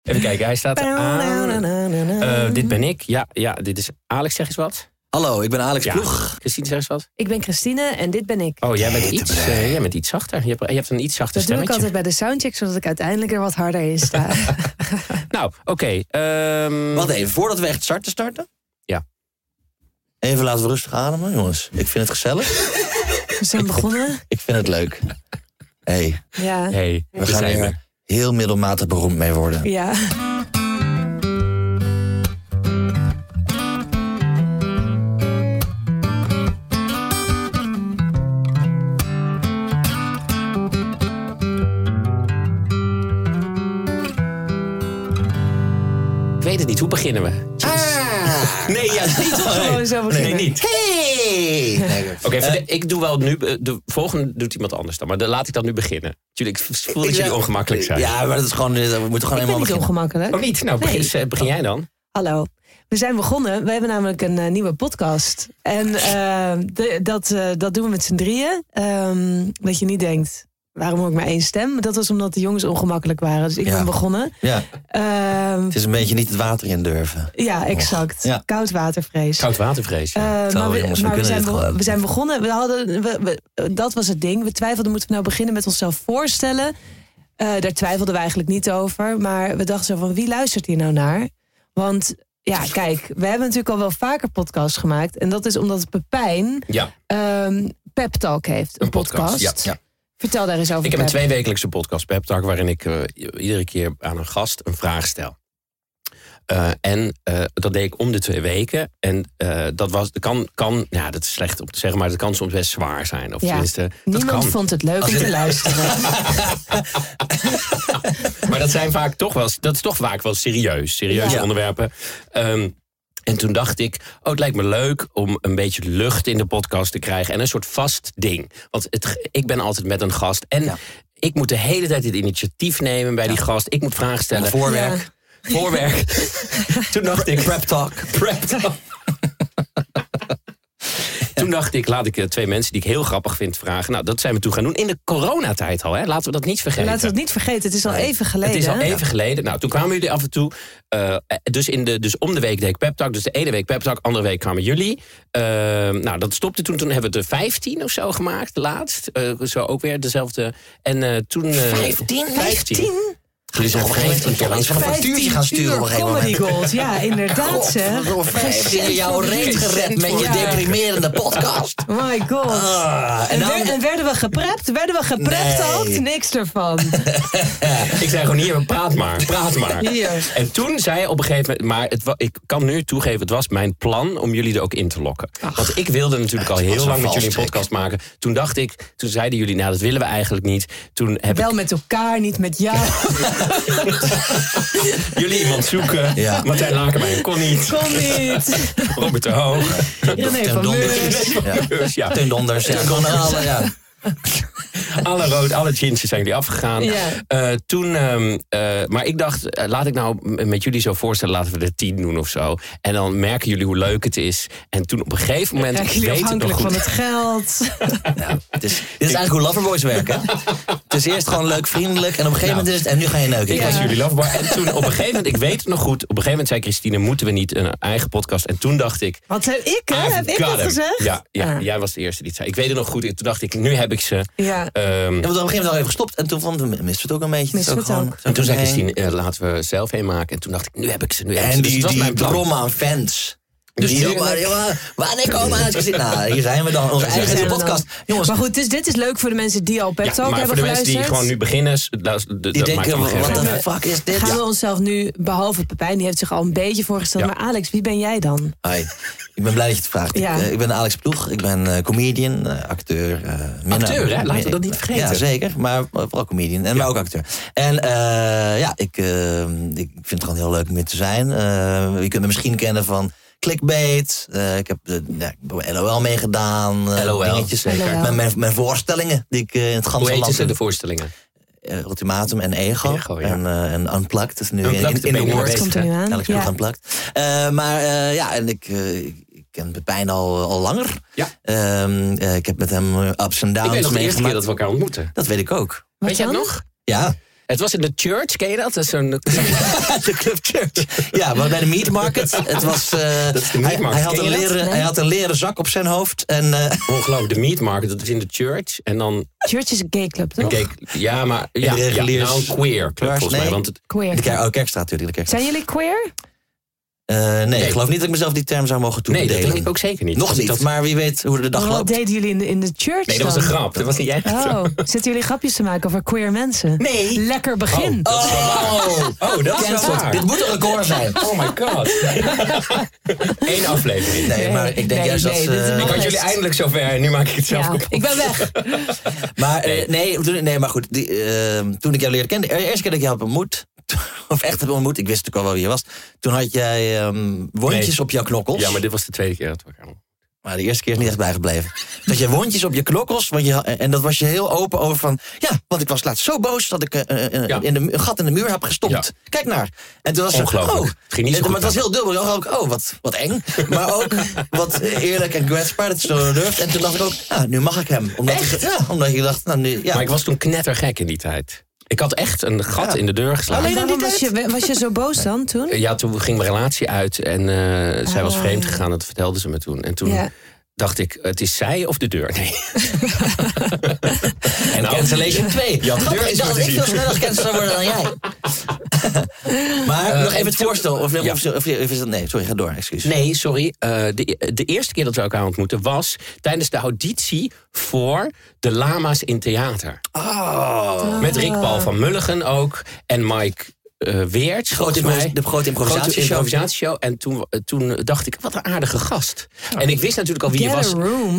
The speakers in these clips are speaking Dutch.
Even kijken, hij staat aan. Dit ben ik. Ja, dit is Alex, zeg eens wat. Hallo, ik ben Alex Ploeg. Christine, zeg eens wat. Ik ben Christine en dit ben ik. Oh, jij bent iets zachter. Je hebt een iets zachter dat stemmetje. Dat doe ik altijd bij de soundcheck, zodat ik uiteindelijk er wat harder in sta. Nou, oké. Wacht even, voordat we echt starten? Ja. Even laten we rustig ademen, jongens. Ik vind het gezellig. We zijn begonnen. Ik vind het leuk. Hey, we gaan er heel middelmatig beroemd mee worden. Ja. Ik weet het niet, hoe beginnen we? Nee, ja, niet. Gewoon zo beginnen. Nee, niet. Hey! Oké, ik doe wel nu. De volgende doet iemand anders dan. Maar dan laat ik dan nu beginnen. Ik voel dat jullie ongemakkelijk zijn. Ja, maar dat is gewoon. We moeten gewoon helemaal beginnen. Ongemakkelijk. Oh, niet? Nou, begin jij dan. Hallo. We zijn begonnen. We hebben namelijk een nieuwe podcast. En dat doen we met z'n drieën. Dat je niet denkt, waarom ook maar één stem? Dat was omdat de jongens ongemakkelijk waren. Dus ik ben begonnen. Ja. Het is een beetje niet het water in durven. Ja, exact. Ja. Koudwatervrees. Koudwatervrees, ja. We zijn begonnen. Dat was het ding. We twijfelden, moeten we nou beginnen met onszelf voorstellen? Daar twijfelden we eigenlijk niet over. Maar we dachten zo van, wie luistert hier nou naar? Want ja, kijk, we hebben natuurlijk al wel vaker podcasts gemaakt. En dat is omdat Pepijn Pep Talk heeft. Een podcast. Ja. Vertel daar eens over. Ik heb een 2-wekelijkse podcast, Pep Talk, waarin ik iedere keer aan een gast een vraag stel. Dat deed ik om de 2 weken. En dat is slecht om te zeggen, maar dat kan soms best zwaar zijn. Of niemand vond het leuk om te luisteren. Maar dat zijn vaak dat is toch vaak wel serieuze onderwerpen. En toen dacht ik, het lijkt me leuk om een beetje lucht in de podcast te krijgen. En een soort vast ding. Want ik ben altijd met een gast. En ik moet de hele tijd het initiatief nemen bij die gast. Ik moet vragen stellen. Voorwerk. Toen dacht ik, Prep Talk. Toen dacht ik, laat ik 2 mensen die ik heel grappig vind vragen. Nou, dat zijn we toen gaan doen. In de coronatijd al, hè? Laten we dat niet vergeten. Laten we het niet vergeten, het is al even geleden. Nou, toen kwamen jullie af en toe. Dus om de week deed ik Pep Talk. Dus de ene week Pep Talk, andere week kwamen jullie. Dat stopte toen. Toen hebben we de 15 of zo gemaakt, laatst. Zo ook weer dezelfde. En toen... 15? Jullie zijn 15 keer langs van een factuurtje gaan sturen op een gegeven moment. Gold. Ja, inderdaad zeg. 15 jouw reet gered met je deprimerende podcast. My god. En werden we geprept? Nee. Ook? Niks ervan. Ik zei gewoon hier, praat maar. Hier. En toen zei op een gegeven moment, maar ik kan nu toegeven, het was mijn plan om jullie er ook in te lokken. Want ik wilde natuurlijk al heel lang met jullie een podcast maken. Toen zeiden jullie, nou dat willen we eigenlijk niet. Wel met elkaar, niet met jou. Jullie iemand zoeken. Ja. Martijn Lakenmeijer kon niet. Robert de Hoog. René van Meurs. Teun Donders. Alle gintjes zijn die afgegaan. Maar ik dacht, laat ik nou met jullie zo voorstellen, laten we er 10 doen of zo. En dan merken jullie hoe leuk het is. En toen op een gegeven moment... afhankelijk van het geld. Dit is eigenlijk hoe Loverboys werken. Het is eerst gewoon leuk, vriendelijk. En op een gegeven moment is het... En nu ga je neuken. Ik was jullie Loverboy. En toen op een gegeven moment, ik weet het nog goed. Op een gegeven moment zei Christine, moeten we niet een eigen podcast? En toen dacht ik... Wat heb ik, hè? Heb ik dat gezegd? Ja, jij was de eerste die het zei. Ik weet het nog goed. Toen dacht ik, nu heb ik ze. Ja. We hebben op een gegeven moment al even gestopt. En toen misten we het ook een beetje. En toen zei Christine, laten we zelf heen maken. En toen dacht ik, nu heb ik ze. En die drom aan fans. Dus wanneer komen we uit? Nou, hier zijn we dan. Onze eigen podcast. Jongens. Maar goed, dus dit is leuk voor de mensen die al Pep Talk hebben geluisterd. Maar voor de mensen die gewoon nu beginnen... Die denken, wat de fuck is dit? Gaan we onszelf nu, behalve Pepijn, die heeft zich al een beetje voorgesteld. Maar Alex, wie ben jij dan? Hi, ik ben blij dat je het vraagt. Ik ben Alex Ploeg, ik ben comedian, acteur. Acteur, hè? Laten we dat niet vergeten. Ja, zeker, maar vooral comedian, maar ook acteur. En ik vind het gewoon heel leuk om hier te zijn. Je kunt me misschien kennen van... Clickbait, ik heb LOL meegedaan. Dingetjes. Mijn voorstellingen die ik in het ganse land... Hoe heet de voorstellingen? Ultimatum en Ego. En Unplugged. Dat is nu Unplugged in de woord. Komt er nu aan. Alex Ploeg Unplugged. En ik ken Pepijn al langer. Ja. Ik heb met hem ups en downs meegemaakt. Ik weet nog de eerste keer dat we elkaar ontmoeten. Dat weet ik ook. Weet je het nog? Ja. Het was in de church, ken je dat? Dat is zo'n... De Club Church. Ja, maar bij de Meat Market. Het was, dat is de Meat Market. Hij had een leren zak op zijn hoofd. En, ongelooflijk, de Meat Market, dat is in de church. En dan... Church is een gay club, toch? Ja, maar de reguliers, nou een queer club volgens mij. Want het, queer. De Kerkstraat natuurlijk. De Kerkstraat. Zijn jullie queer? Nee, ik geloof niet dat ik mezelf die term zou mogen toebedelen. Nee, dat denk ik ook zeker niet. Nog niet, maar wie weet hoe de dag Wat loopt. deden jullie in de church Nee, dat was een grap. Dat was niet jij. Oh, zitten jullie grapjes te maken over queer mensen? Nee. Lekker begin. Dat is wel waar. Dit moet een record zijn. Oh my god. 1 aflevering. Nee, maar ik denk juist dat... Ik had jullie eindelijk zover en nu maak ik het zelf kapot. Ik ben weg. Maar nee, maar goed. Toen ik jou leerde kennen, de eerste keer dat ik jou heb ontmoet... Of echt heb ontmoet, ik wist natuurlijk al wel wie je was. Toen had jij wondjes op jouw knokkels. Ja, maar dit was de tweede keer dat we elkaar. Maar de eerste keer is niet echt bijgebleven. Dat je wondjes op je knokkels, en dat was je heel open over van... Ja, want ik was laatst zo boos dat ik een gat in de muur heb gestopt. Ja. Kijk naar. En toen was ongelooflijk. Het ging niet zo goed. Maar het was heel dubbel. Wat eng. Maar ook wat eerlijk en kwetsbaar dat je zo durft. En toen dacht ik ook, nu mag ik hem. Omdat je dacht, Maar ik was toen knettergek in die tijd. Ik had echt een gat in de deur geslagen. Waarom was je zo boos dan toen? Ja, toen ging mijn relatie uit en zij was vreemd gegaan. Dat vertelde ze me toen. En toen dacht ik, het is zij of de deur? Nee. En Cancellation 2. Ja, de deur is dat ik veel sneller gecanceld zou worden dan jij. Maar nog even het voorstel. Nee, sorry, ga door, excuus. Nee, sorry. De eerste keer dat we elkaar ontmoetten was tijdens de auditie voor de Lama's in Theater. Met Rick Paul van Mulligen ook. En Mike Weerts. De grote improvisatieshow. En toen dacht ik, wat een aardige gast. En ik wist natuurlijk al wie je was. Get a room.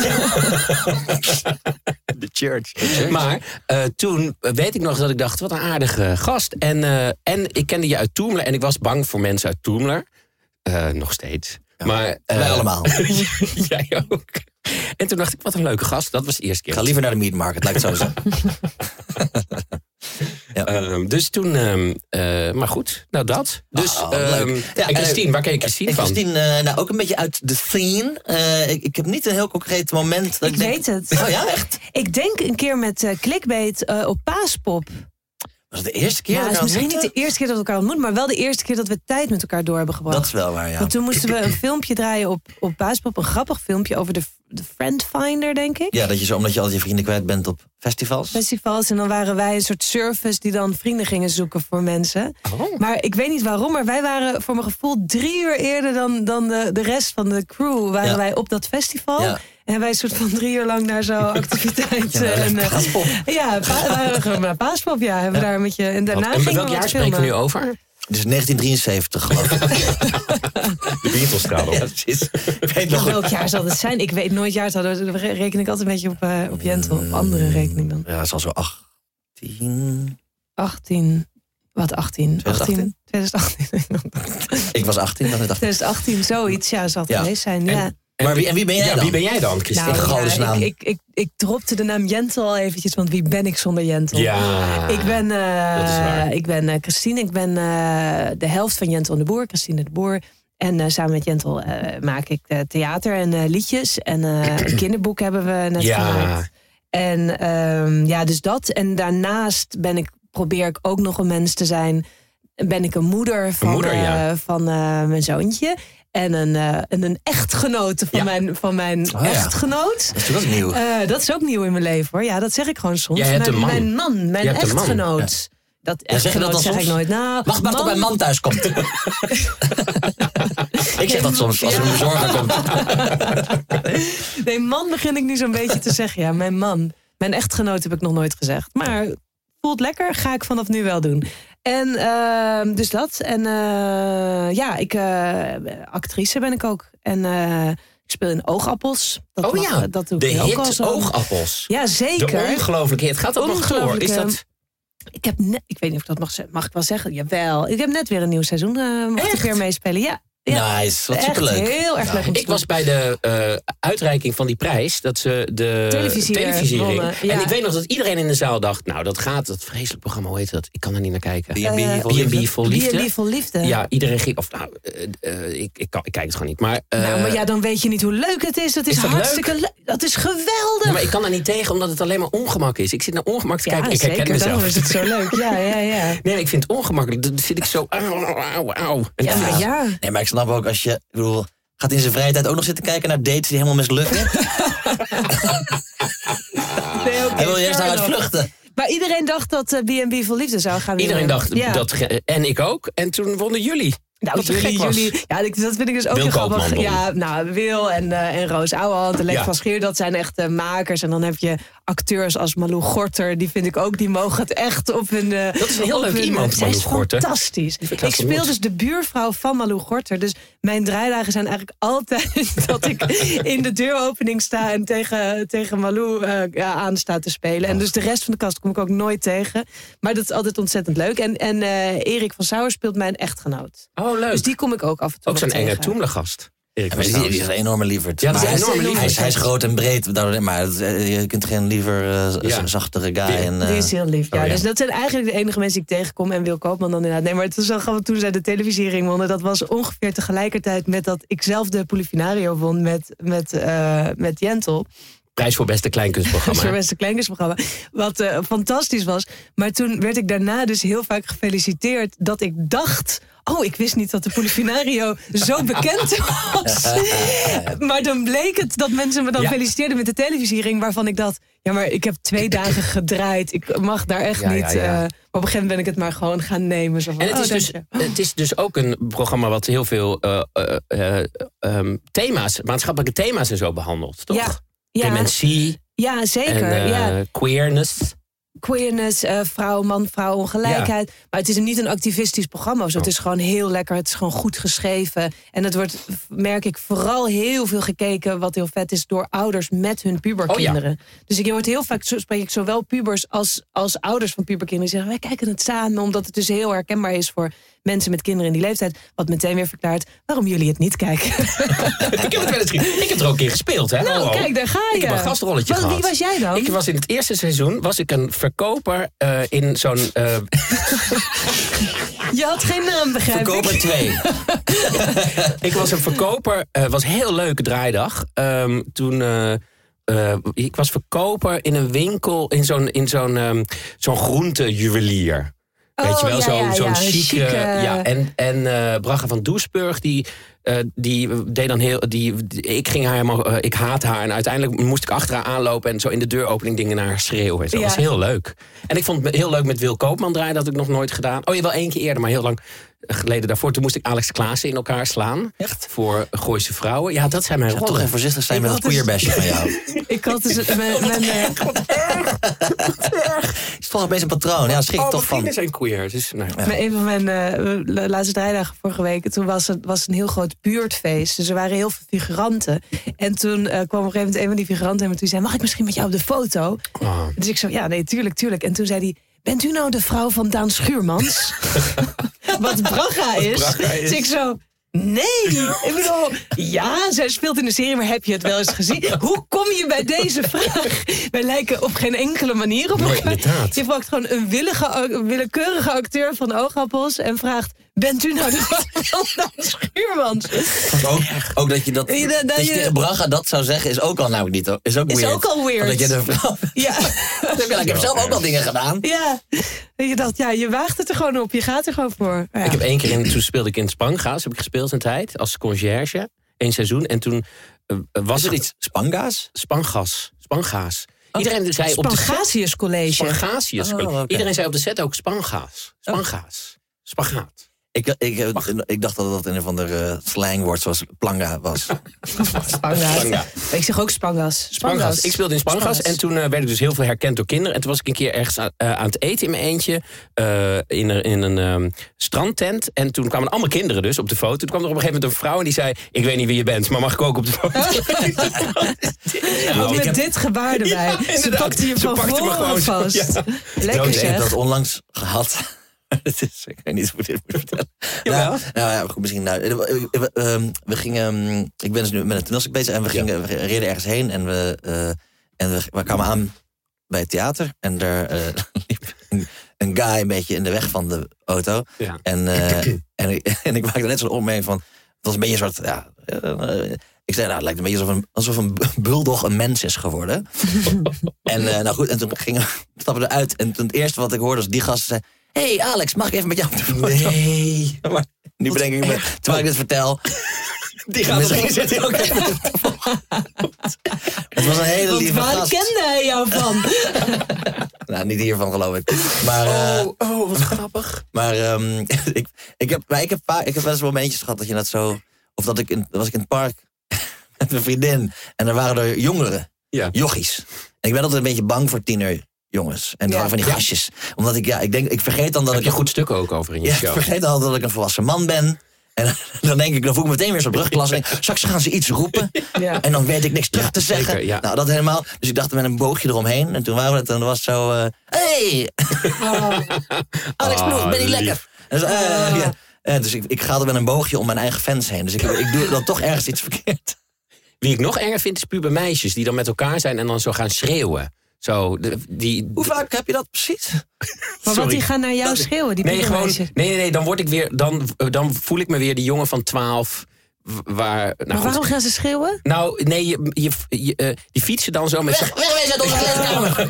The church. Maar toen weet ik nog dat ik dacht, wat een aardige gast. En ik kende je uit Toemler. En ik was bang voor mensen uit Toemler. Nog steeds. Ja, maar, wij allemaal. Jij ook. En toen dacht ik, wat een leuke gast. Dat was de eerste keer. Ga liever naar de Meat Market, laat ik het zo zeggen. Dus toen, maar goed, nou dat. Dus, en Christine, waar ken je Christine van? Christine, ook een beetje uit de scene. Ik heb niet een heel concreet moment. Dat ik weet het. Oh ja, echt? Ik denk een keer met Clickbait op Paaspop. Was het de eerste keer? Ja, misschien niet de eerste keer dat we elkaar ontmoeten, maar wel de eerste keer dat we tijd met elkaar door hebben gebracht. Dat is wel waar, ja. Want toen moesten we een filmpje draaien op Paaspop, een grappig filmpje over de Friend Finder, denk ik. Ja, omdat je altijd je vrienden kwijt bent op festivals. En dan waren wij een soort service die dan vrienden gingen zoeken voor mensen. Maar ik weet niet waarom, maar wij waren voor mijn gevoel 3 uur eerder dan de rest van de crew waren wij op dat festival. Ja. En wij soort van 3 uur lang naar zo'n activiteit. Paaspop. Ja, waren gewoon naar Paaspop. Ja, hebben daar met je. En daarna en welk jaar spreken we nu over? Dus 1973, geloof ik. De Beatles trouwens. Ja, precies. Welk jaar zal het zijn? Ik weet nooit jaar. Dan reken ik altijd een beetje op Jentel. Op andere rekening dan. Ja, het zal zo 18. 18. Wat 18? 2018. Ik was 18, dan 2018, zoiets. Ja, zal het geweest zijn. Ja. Maar wie ben jij dan? Wie ben jij dan, Christine? Ik dropte de naam Jentel al eventjes, want wie ben ik zonder Jentel? Ja, ik ben Christine, ik ben de helft van Jentel en de Boer, Christine de Boer. En samen met Jentel maak ik theater en liedjes. En een kinderboek hebben we net gemaakt. En dus dat. En daarnaast probeer ik ook nog een mens te zijn. Ben ik een moeder van mijn zoontje. En een echtgenote van mijn echtgenoot. Dat is ook nieuw. Dat is ook nieuw in mijn leven, hoor. Ja, dat zeg ik gewoon soms. Jij hebt een man. Mijn echtgenoot. Ja. Zeg je dat dan zeg soms? ik nooit. Nou, wacht tot mijn man thuis komt. Ik zeg dat soms als er een bezorger komt. Nee, man begin ik nu zo'n beetje te zeggen. Ja, mijn man. Mijn echtgenoot heb ik nog nooit gezegd. Maar voelt lekker, ga ik vanaf nu wel doen. En dus dat. En actrice ben ik ook. En ik speel in Oogappels. Dat doe ik de ook hit al zo. Oogappels. Ja, zeker. De ongelooflijke hit. Gaat dat nog door? Is dat... Ik heb net, ik weet niet of ik dat mag ik wel zeggen. Jawel. Ik heb net weer een nieuw seizoen. Mocht ik weer meespelen. Ja. Nice, wat Echt superleuk. heel erg leuk om te Ik was bij de uitreiking van die prijs, dat ze de televisiering. wonnen, ja. En ik weet nog dat iedereen in de zaal dacht, nou dat vreselijk programma, hoe heet dat? Ik kan er niet naar kijken. B&B vol liefde. B&B vol liefde. Ja, iedereen ging, ik kijk het gewoon niet. Maar maar dan weet je niet hoe leuk het is. Dat is dat hartstikke leuk. Dat is geweldig. Ja, maar ik kan er niet tegen, omdat het alleen maar ongemak is. Ik zit naar ongemak te kijken. Ik herken zeker, mezelf. daarom is het zo leuk. Ja. Nee, ik vind het ongemakkelijk. Dan zit ik zo, auw. En Ja. Nee, maar ik snap ook als je... Ik bedoel, gaat in zijn vrije tijd ook nog zitten kijken naar dates die helemaal mislukken? Hij wil eerst naar het vluchten. Maar iedereen dacht dat B&B vol liefde zou gaan Iedereen winnen. dacht dat, en ik ook. En toen wonnen jullie. Nou, Wat gek was. jullie, ja, dat vind ik dus ook Wil heel grappig. Koopman won. Ja, nou, Wil en Roos Ouwehand en Lex Ja. van Scheer, dat zijn echt makers. En dan heb je acteurs als Malou Gorter, die vind ik ook, die mogen het echt op hun... Dat is een heel leuk iemand, zij Malou is Gorter. fantastisch. ik Ik laatst speel ontmoet. dus de buurvrouw van Malou Gorter. Dus mijn draaidagen zijn eigenlijk altijd dat ik in de deuropening sta en tegen Malou aan sta te spelen. En dus de rest van de kast kom ik ook nooit tegen. Maar dat is altijd ontzettend leuk. En Erik van Sauer speelt mijn echtgenoot. Oh, leuk. Dus die kom ik ook af en toe Ook zo'n nog enge tegen. Toemlergast. Erik Ja, van maar Sauer. die is een enorme lieverd. Ja, dat is Maar een enorme lieverd. Hij is groot en breed, maar je kunt geen liever zachtere guy. En, Die is heel lief, ja. Oh, ja. Dus dat zijn eigenlijk de enige mensen die ik tegenkom. En Wil Koopman dan inderdaad. Nee, maar het was wel grappig toen zij de televisiering wonnen. Dat was ongeveer tegelijkertijd met dat ik zelf de Polifinario won met Jentel. Prijs voor beste kleinkunstprogramma. Voor beste kleinkunstprogramma. Wat fantastisch was. Maar toen werd ik daarna dus heel vaak gefeliciteerd dat ik dacht... Oh, ik wist niet dat de Polifinario zo bekend was. Maar dan bleek het dat mensen me dan feliciteerden met de televisiering... waarvan ik dacht, ja, maar ik heb 2 dagen gedraaid. Ik mag daar echt niet... maar op een gegeven moment ben ik het maar gewoon gaan nemen. Zo van, En het is dus ook een programma wat heel veel thema's, maatschappelijke thema's en zo behandelt, toch? Ja. Dementie Ja, zeker. en queerness. Queerness, vrouw, man, vrouw, ongelijkheid. Maar het is niet een activistisch programma. Dus het is gewoon heel lekker. Het is gewoon goed geschreven. En het wordt, merk ik, vooral heel veel gekeken... wat heel vet is, door ouders met hun puberkinderen. Dus ik hoort heel vaak, spreek ik zowel pubers als ouders van puberkinderen... die zeggen, wij kijken het samen... omdat het dus heel herkenbaar is voor mensen met kinderen in die leeftijd. Wat meteen weer verklaart waarom jullie het niet kijken. Ik heb het wel eens gezien. Ik heb er ook een keer gespeeld, hè? Nou, kijk, daar ga je. Ik heb een gastrolletje gehad. Wie was jij dan? Ik was in het eerste seizoen een verkoper in zo'n... Je had geen naam, begrijp ik. Verkoper 2. Ik was een verkoper. Was een heel leuke draaidag. Ik was verkoper in een winkel, in zo'n groentejuwelier. Weet je wel, zo'n chique... Ja, en Braga van Doesburg, die deed dan heel... Ik haat haar en uiteindelijk moest ik achter haar aanlopen... en zo in de deuropening dingen naar haar schreeuwen. Dat was heel leuk. En ik vond het heel leuk met Wil Koopman draaien. Dat had ik nog nooit gedaan. Oh, ja, wel 1 keer eerder, maar heel lang geleden daarvoor. Toen moest ik Alex Klaassen in elkaar slaan. Echt? Voor Gooise vrouwen. Ja, dat zijn mijn rollen. Toch even voorzichtig zijn met dat queerbashje van jou. Ik had dus... Is toch opeens een patroon. Ja, schrik ik toch van. vrienden zijn queer. Dus, nou, Maar een van mijn laatste draaidagen vorige week... toen was het een heel groot buurtfeest. Dus er waren heel veel figuranten. En toen kwam op een gegeven moment een van die figuranten... en toen zei, mag ik misschien met jou op de foto? Oh. Dus ik zo, ja, nee, tuurlijk. En toen zei hij, bent u nou de vrouw van Daan Schuurmans? Wat Braga is. Dus ik zo... Nee, ik bedoel, ja, zij speelt in de serie, maar heb je het wel eens gezien? Hoe kom je bij deze vraag? Wij lijken op geen enkele manier op elkaar. Je vraagt gewoon een willekeurige acteur van Oogappels en vraagt, bent u nou de vrouw van Schuurmans? Ook dat je dat je tegen Braga dat zou zeggen, is ook al namelijk niet. Is ook weird. Ook al weird. Dat je de vrouw... Ja. Ik heb zelf ook al dingen gedaan. Ja. Je dacht, ja, je waagt het er gewoon op. Je gaat er gewoon voor. Ja. Ik heb 1 keer toen speelde ik in Spanga's. Heb ik gespeeld een tijd als conciërge. 1 seizoen. En toen was er iets... Spanga's? Spanga's. Iedereen zei op de set... Spangatius College. Spangatius College. Okay. Iedereen zei op de set ook Spanga's. Spagaat. Ik dacht dat een van de slangwoord zoals planga was. Spanga. Ik zeg ook Spangas. Ik speelde in Spangas en toen werd ik dus heel veel herkend door kinderen. En toen was ik een keer ergens aan het eten in mijn eentje. In een strandtent. En toen kwamen allemaal kinderen dus op de foto. Toen kwam er op een gegeven moment een vrouw en die zei... Ik weet niet wie je bent, maar mag ik ook op de foto? Ook met dit gebaar erbij. Ze pakte je van voren vast. Ja. Lekker Ik heb zeg. dat onlangs gehad. Ik weet niet hoe ik dit moet vertellen. Jawel. Nou ja, goed, misschien. We gingen... Ik ben dus nu met een toneelstuk bezig en we reden ergens heen. En we kwamen aan bij het theater. En daar liep een guy een beetje in de weg van de auto. Ja. En ik maakte net zo'n opmerking van... Het was een beetje een soort... ik zei, het lijkt een beetje alsof een bulldog een mens is geworden. En toen stapten we eruit. En toen het eerste wat ik hoorde was die gasten zei... Hey Alex, mag ik even met jou op de foto? Nee. Maar die bedenking, terwijl ik dit vertel... Die gaat misschien zitten ook even. Het was een hele lieve gast. Waar kende hij jou van? Nou, niet hiervan geloof ik. Maar, wat grappig. Maar ik heb wel eens momentjes gehad dat je net zo... Of was ik in het park met mijn vriendin. En er waren er jongeren. Ja. Jochies. En ik ben altijd een beetje bang voor tienerjongens. En waren van die gastjes. Omdat ik vergeet dan dat Heb je een goed stuk ook over in je show. Ik vergeet dan dat ik een volwassen man ben. En dan voel ik meteen weer zo'n brugklas. Straks gaan ze iets roepen. Ja. En dan weet ik niks terug te zeggen. Zeker, ja. Nou, dat helemaal. Dus ik dacht met een boogje eromheen. En toen waren we het. En dan was het zo... Hey! Alex Ploeg, ben je lekker? Dus ik ga er met een boogje om mijn eigen fans heen. Dus ik doe dan toch ergens iets verkeerd. Wie ik nog erger vind is pubermeisjes. Die dan met elkaar zijn en dan zo gaan schreeuwen. Hoe vaak heb je dat precies? Maar wat, die gaan naar jou schreeuwen, die pubermeisjes? Nee, dan word ik weer... Dan voel ik me weer die jongen van 12... maar waarom gaan ze schreeuwen? Nou, nee, die fietsen dan zo met... Wegwezen uit onze huiskamer!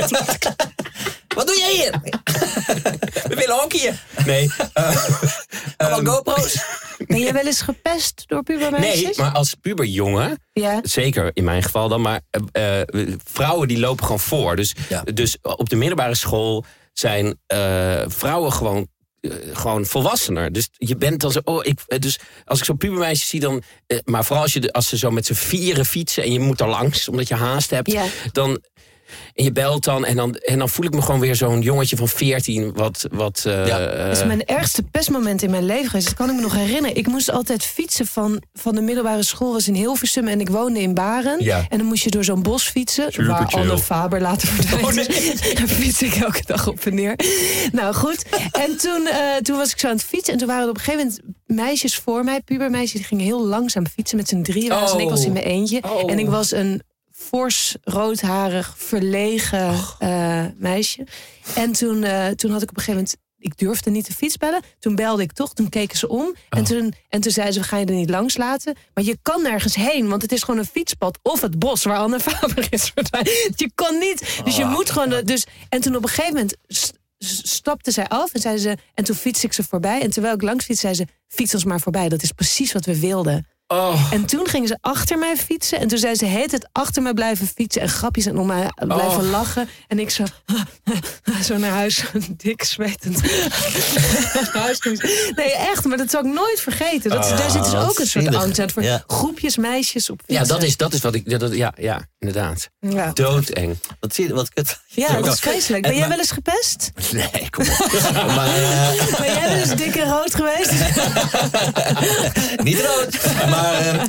Wat doe jij hier? We willen hockeyen. Nee. Allemaal GoPro's. Ben je wel eens gepest door pubermeisjes? Nee, maar als puberjongen, zeker in mijn geval dan, maar vrouwen die lopen gewoon voor. Dus op de middelbare school zijn vrouwen gewoon volwassener. Dus je bent dan zo... dus als ik zo'n pubermeisje zie dan... maar vooral als ze zo met z'n vieren fietsen... en je moet er langs, omdat je haast hebt... dan... En je belt dan en dan voel ik me gewoon weer zo'n jongetje van 14. Dat is mijn ergste pestmoment in mijn leven geweest. Dat kan ik me nog herinneren. Ik moest altijd fietsen van de middelbare school. Was in Hilversum en ik woonde in Baren. Ja. En dan moest je door zo'n bos fietsen. Super waar chill. Anne Faber later verdwijnt. Daar fiets ik elke dag op en neer. Nou goed. En toen was ik zo aan het fietsen. En toen waren er op een gegeven moment meisjes voor mij. Pubermeisjes die gingen heel langzaam fietsen met z'n drieën. En ik was in mijn eentje. En ik was een... fors, roodharig, verlegen meisje. En toen had ik op een gegeven moment... Ik durfde niet de fiets bellen. Toen belde ik toch, toen keken ze om. En toen zeiden ze, we gaan je er niet langs laten. Maar je kan nergens heen, want het is gewoon een fietspad. Of het bos waar Anne Faber is verdwijnt. Je kan niet, dus je moet gewoon... En toen op een gegeven moment stapte zij af en zei ze... En toen fietste ik ze voorbij. En terwijl ik langs fiets, zei ze... Fiets ons maar voorbij, dat is precies wat we wilden. En toen gingen ze achter mij fietsen. En toen zei ze, het achter mij blijven fietsen. En grapjes en om mij blijven lachen. En ik zo naar huis, dik zwetend. Nee, echt, maar dat zal ik nooit vergeten. Daar zit dus ook een soort angst aan voor groepjes meisjes op fietsen. Ja, dat is wat ik... Ja, inderdaad. Ja. Doodeng. Wat kut. Ja, dat is vreselijk. Ben jij wel eens gepest? Nee, kom op. Ben jij wel eens dik en rood geweest? Niet rood. Maar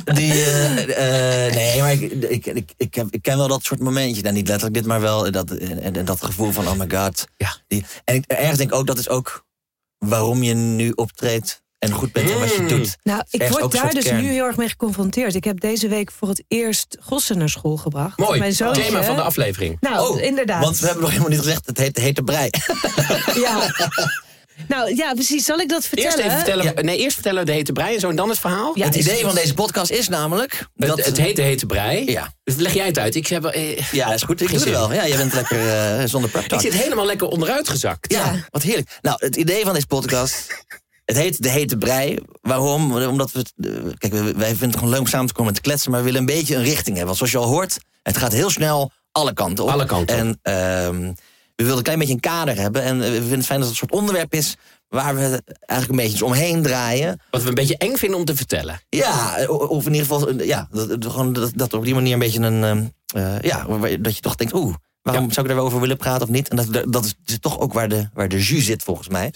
ik ken wel dat soort momentjes. Nou, niet letterlijk dit, maar wel dat gevoel van oh my god. Ja. Ergens denk ik ook, dat is ook waarom je nu optreedt en goed bent in wat je doet. Nou, ik word daar dus nu heel erg mee geconfronteerd. Ik heb deze week voor het eerst Gossen naar school gebracht. Mooi, mijn zoontje, thema van de aflevering. Nou, inderdaad. Want we hebben nog helemaal niet gezegd, het heet de hete brei. Ja. Nou ja, precies. Zal ik dat vertellen? Eerst vertellen de hete brei en zo en dan het verhaal. Ja, het idee van deze podcast is namelijk... Het heet de hete brei. Ja. Dus leg jij het uit. Ja, is goed. Ik doe het wel. Ja, jij bent lekker zonder prep talk. Ik zit helemaal lekker onderuit gezakt. Ja, wat heerlijk. Nou, het idee van deze podcast... Het heet de hete brei. Waarom? Omdat wij vinden het gewoon leuk om samen te komen en te kletsen... maar we willen een beetje een richting hebben. Want zoals je al hoort, het gaat heel snel alle kanten op. Alle kanten op. En we wilden een klein beetje een kader hebben. En we vinden het fijn dat het een soort onderwerp is... waar we eigenlijk een beetje omheen draaien. Wat we een beetje eng vinden om te vertellen. Ja, of in ieder geval... Ja, dat op die manier een beetje een... dat je toch denkt... waarom zou ik daar wel over willen praten of niet? En dat is toch ook waar de jus zit, volgens mij.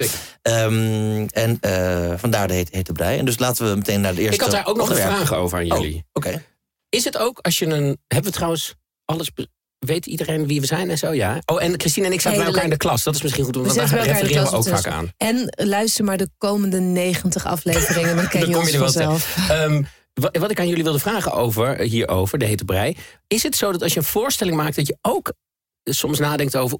Vandaar de hete brei. En dus laten we meteen naar de eerste... Ik had daar ook nog een vraag over aan jullie. Oké. Is het ook als je hebben we trouwens alles... weet iedereen wie we zijn en zo? Ja. Oh, en Christine en ik zaten bij elkaar in de klas. Dat is misschien goed, want daar refereren we ook vaak aan. En luister maar de komende 90 afleveringen, dan ken je ons vanzelf. Wat ik aan jullie wilde vragen hierover, de hete brei. Is het zo dat als je een voorstelling maakt, dat je ook soms nadenkt over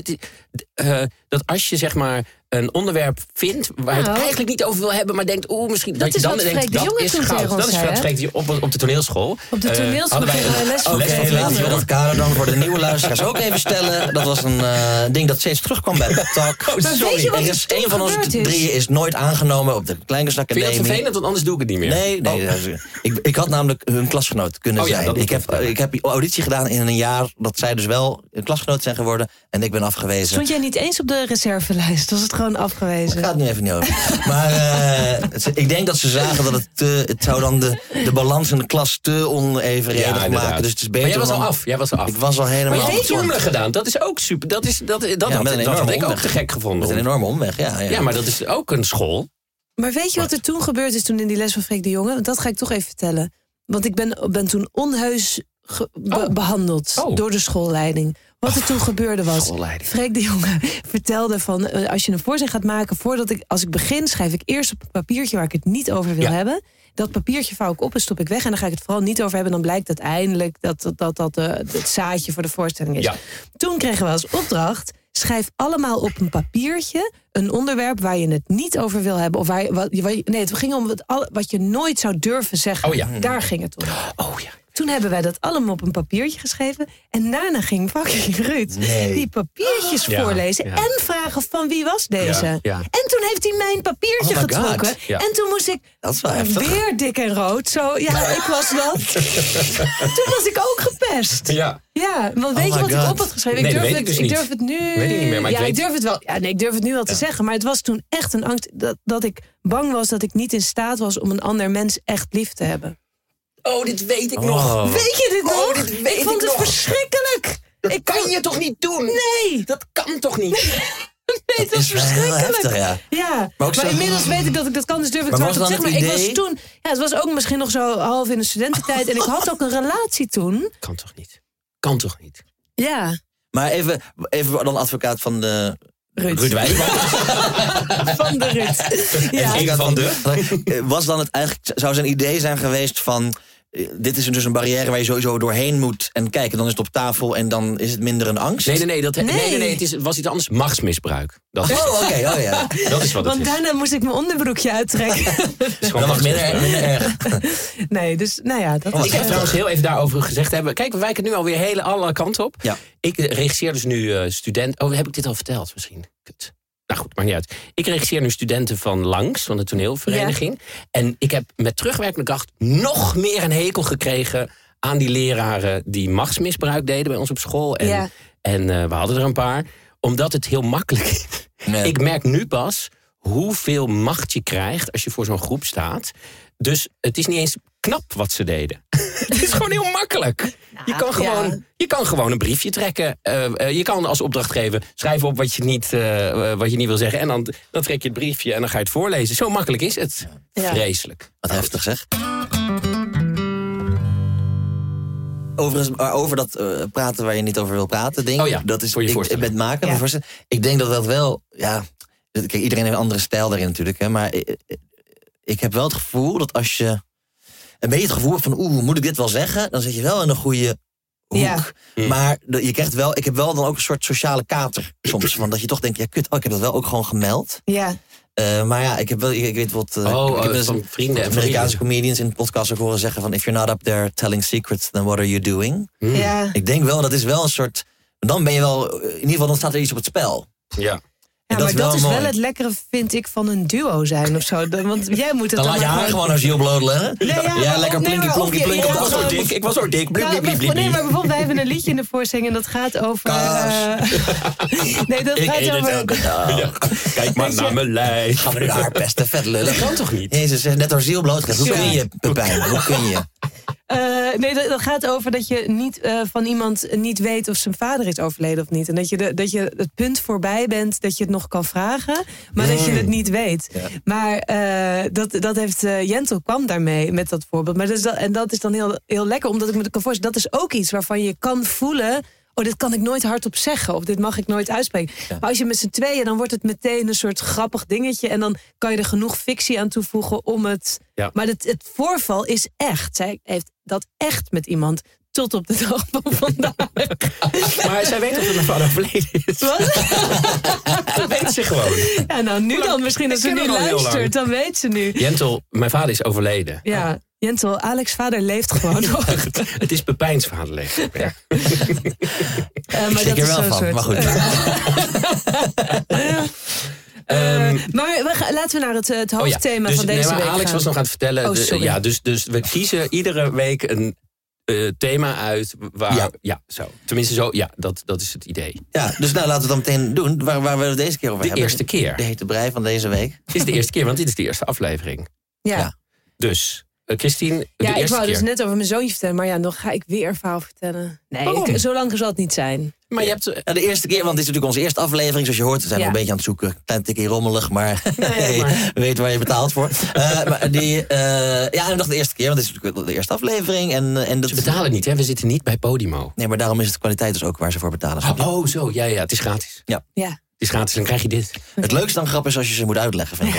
dat als je zeg maar een onderwerp vindt waar je het eigenlijk niet over wil hebben, maar denkt misschien dat je dan denkt dat is goud. Dat is wat Freek op de toneelschool. Op de toneelschool kregen wij les van. Oké, laten we dat kader dan voor de nieuwe luisteraars ook even stellen. Dat was een ding dat steeds terugkwam bij Pep Talk. Sorry, een van ons drieën is nooit aangenomen op de Kleinkunstacademie. Vind je het vervelend, want anders doe ik het niet meer? Nee. Ik had namelijk hun klasgenoot kunnen zijn. Ik heb die auditie gedaan in een jaar dat zij dus wel een klasgenoot zijn geworden en ik ben afgewezen. Stond jij niet eens op de reservelijst? Was het gewoon afgewezen? Ik ga het nu even niet over. Maar ik denk dat ze zagen dat het zou dan de balans in de klas te onevenredig maken. Dus het is beter. Maar jij was al af. Ik was al helemaal af. Maar je hebt Joomla gedaan. Dat is ook super. Dat had ik ook te gek gevonden. Met een enorme omweg, ja. Ja, maar dat is ook een school. Maar weet je wat er toen gebeurd is toen in die les van Freek de Jonge? Dat ga ik toch even vertellen. Want ik ben toen onheus behandeld door de schoolleiding. Wat er toen gebeurde was, Freek de Jonge vertelde van als je een voorstelling gaat maken, als ik begin, schrijf ik eerst op een papiertje waar ik het niet over wil hebben. Dat papiertje vouw ik op en stop ik weg en dan ga ik het vooral niet over hebben. Dan blijkt uiteindelijk dat het zaadje voor de voorstelling is. Ja. Toen kregen we als opdracht, schrijf allemaal op een papiertje een onderwerp waar je het niet over wil hebben. Of het ging om wat je nooit zou durven zeggen. Oh ja. Daar ging het om. Oh ja. Toen hebben wij dat allemaal op een papiertje geschreven. En daarna ging fucking Ruud die papiertjes voorlezen. Ja. En vragen van wie was deze. Ja. En toen heeft hij mijn papiertje getrokken. Ja. En toen moest ik weer dik en rood. Zo, ik was dat. Toen was ik ook gepest. Ja, want weet je wat ik op had geschreven? Ik durf het nu. Weet ik niet meer, maar ik durf het wel. Ja, nee, ik durf het nu wel te zeggen. Maar het was toen echt een angst dat ik bang was dat ik niet in staat was om een ander mens echt lief te hebben. Oh, dit weet ik nog. Weet je dit nog? Dit weet ik vond het verschrikkelijk. Dat kan je toch niet doen? Nee. Dat kan toch niet? Nee, het was verschrikkelijk. Ja, maar inmiddels weet ik dat ik dat kan, dus durf ik het hard te zeggen. Maar ik was toen, het was ook misschien nog zo half in de studententijd. En ik had ook een relatie toen. Kan toch niet? Ja. Maar even dan advocaat van de Ruud Wijngaard. Van de Ruud. Ja. Was dan het eigenlijk, zou zijn idee zijn geweest van, dit is dus een barrière waar je sowieso doorheen moet en kijken, dan is het op tafel en dan is het minder een angst? Nee, het was iets anders. Machtsmisbruik. Dat ja. Dat is wat het is. Want daarna moest ik mijn onderbroekje uittrekken. Dat was minder erg. Nee, dus nou ja. Ik heb trouwens heel even daarover gezegd hebben. Kijk, we wijken nu alweer alle kanten op. Ja. Ik regisseer dus nu studenten. Oh, heb ik dit al verteld misschien? Kut. Nou goed, maakt niet uit. Ik regisseer nu studenten van Langs, van de toneelvereniging. Ja. En ik heb met terugwerkende kracht nog meer een hekel gekregen aan die leraren die machtsmisbruik deden bij ons op school. En we hadden er een paar. Omdat het heel makkelijk is. Nee. Ik merk nu pas hoeveel macht je krijgt als je voor zo'n groep staat. Dus het is niet eens knap wat ze deden. Het is gewoon heel makkelijk. Je kan gewoon een briefje trekken. Je kan als opdrachtgever schrijven op wat je niet wil zeggen. En dan trek je het briefje en dan ga je het voorlezen. Zo makkelijk is het. Ja. Vreselijk. Wat heftig zeg. Overigens, over dat praten waar je niet over wil praten, denk ik. Dat is voor je voorstelling. Met maken. Ja. Ik denk dat dat wel, kijk, iedereen heeft een andere stijl daarin natuurlijk. Hè, maar ik heb wel het gevoel dat als je een beetje het gevoel hebt van, moet ik dit wel zeggen? Dan zit je wel in een goede hoek. Ja. Maar ik heb wel dan ook een soort sociale kater soms. Van dat je toch denkt, ik heb dat wel ook gewoon gemeld. Ja. Maar ja, ik weet wat vrienden en Amerikaanse comedians in de podcast ook horen zeggen van, if you're not up there telling secrets, then what are you doing? Ja. Ik denk wel, dat is wel een soort, dan ben je wel, in ieder geval dan staat er iets op het spel. Ja. Ja, maar dat is wel het lekkere, vind ik, van een duo zijn of zo. Want jij moet het dan laat je haar gewoon als Giel bloot leggen. Ja, lekker plinkie plonkie plink. Ik was zo dik. Nee, maar bijvoorbeeld, wij hebben een liedje in de voorstelling en dat gaat over... dat gaat over... elke dag. Kijk maar naar mijn lijf. Gaan we nu haar pesten, vet lullen. Dat kan toch niet? Jezus, net door Giel bloot. Hoe kun je, Pepijn? Hoe kun je? Dat gaat over dat je niet van iemand niet weet of zijn vader is overleden of niet. En dat je het punt voorbij bent dat je het nog kan vragen, maar dat je het niet weet. Ja. Maar dat heeft Jentel kwam daarmee met dat voorbeeld. Maar dat is dan heel, heel lekker, omdat ik me kan voorstellen, dat is ook iets waarvan je kan voelen, dit kan ik nooit hardop zeggen. Of dit mag ik nooit uitspreken. Ja. Maar als je met z'n tweeën, dan wordt het meteen een soort grappig dingetje. En dan kan je er genoeg fictie aan toevoegen om het... Ja. Maar het voorval is echt. Zij heeft dat echt met iemand... tot op de dag van vandaag. Maar zij weet dat mijn vader overleden is. Wat? Dat weet ze gewoon. Ja, nou nu dan. Misschien als ze nu luistert, dan weet ze nu. Jentel, mijn vader is overleden. Ja, Jentel, Alex' vader leeft gewoon nog. Het is Pepijn's vader leeft. Ja. Maar dat is wel van, soort... maar goed. Maar laten we naar het hoofdthema van deze week Alex gaan. was nog aan het vertellen. Dus we kiezen iedere week een thema uit waar... Ja, zo. Tenminste zo, dat is het idee. Ja, dus nou laten we het dan meteen doen waar we het deze keer over hebben. De eerste keer. De hete brei van deze week. Het is de eerste keer, want dit is de eerste aflevering. Ja. Dus... Christine, de eerste ik wou keer. dus net over mijn zoontje vertellen, maar dan ga ik weer een verhaal vertellen. Nee, zo lang zal het niet zijn. Maar je hebt de eerste keer, want dit is natuurlijk onze eerste aflevering, zoals je hoort. We zijn nog een beetje aan het zoeken, klein tikje rommelig, maar we weten waar je betaalt voor. Maar en nog de eerste keer, want dit is natuurlijk de eerste aflevering. En dat... Ze betalen niet, hè? We zitten niet bij Podimo. Nee, maar daarom is het kwaliteit dus ook waar ze voor betalen. Zo, ja, het is gratis. Ja. Het is gratis, dan krijg je dit. Het leukste dan grap is als je ze moet uitleggen, vind ik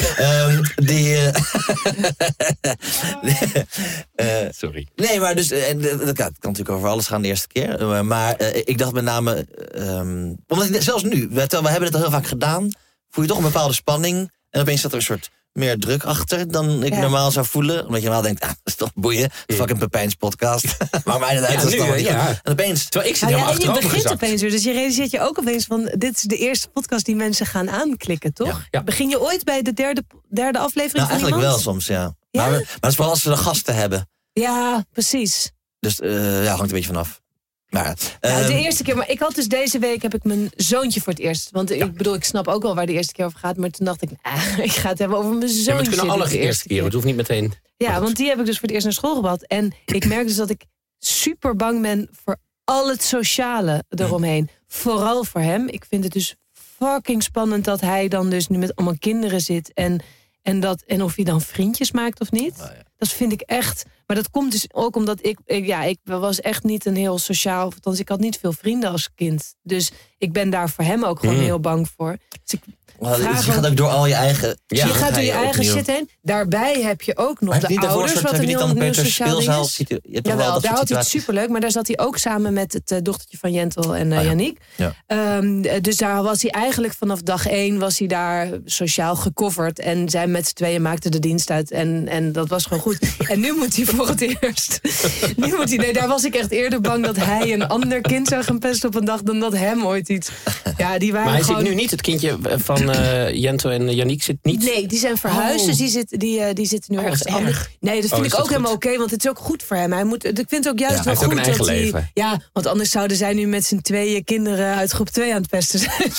wel. Sorry. Nee, maar dus, dat kan natuurlijk over alles gaan de eerste keer. Maar ik dacht met name... omdat zelfs nu, we hebben het al heel vaak gedaan... voel je toch een bepaalde spanning... en opeens zat er een soort meer druk achter dan ik normaal zou voelen. Omdat je normaal denkt, dat is toch boeien. Fucking Pepijn's podcast. Maar mij dat uit. En opeens... Terwijl ik zit helemaal achterover je begint gezakt. opeens weer. Dus je realiseert je ook opeens van... dit is de eerste podcast die mensen gaan aanklikken, toch? Ja. Begin je ooit bij de derde aflevering van eigenlijk iemand? wel soms, ja. Maar het is vooral als we de gasten hebben. Ja, precies. Dus hangt een beetje vanaf. Maar, de eerste keer, maar ik had dus deze week heb ik mijn zoontje voor het eerst. Want ik bedoel, ik snap ook wel waar de eerste keer over gaat. Maar toen dacht ik, ik ga het hebben over mijn zoontje. Ja, maar het kunnen alle eerste keer. Het hoeft niet meteen. Ja, want die heb ik dus voor het eerst naar school gebracht. En ik merk dus dat ik super bang ben voor al het sociale eromheen. Vooral voor hem. Ik vind het dus fucking spannend dat hij dan dus nu met allemaal kinderen zit. En of hij dan vriendjes maakt of niet. Oh, ja. Dat vind ik echt... Maar dat komt dus ook omdat ik was echt niet een heel sociaal... Althans, ik had niet veel vrienden als kind. Dus ik ben daar voor hem ook gewoon heel bang voor. Dus je gaat ook door al je eigen... Je gaat door je eigen shit heen. Daarbij heb je ook nog de ouders... wat een heel nieuw sociaal ding is. Jawel, daar had hij het superleuk. Maar daar zat hij ook samen met het dochtertje van Jentel en Yannick. Ja. Dus daar was hij eigenlijk vanaf dag 1... was hij daar sociaal gecoverd. En zij met z'n tweeën maakten de dienst uit. En dat was gewoon goed. En nu moet hij voor het eerst... daar was ik echt eerder bang dat hij een ander kind zou gaan pesten op een dag... dan dat hem ooit iets... Ja, die waren maar hij gewoon... zit nu niet, het kindje van Jento en Yannick zit niet... Nee, die zijn verhuisd, dus die zitten nu ergens anders. Nee, dat vind ik ook helemaal oké, want het is ook goed voor hem. Ik vind het ook juist wel goed dat hij... Ja, want anders zouden zij nu met z'n tweeën kinderen uit groep 2 aan het pesten zijn.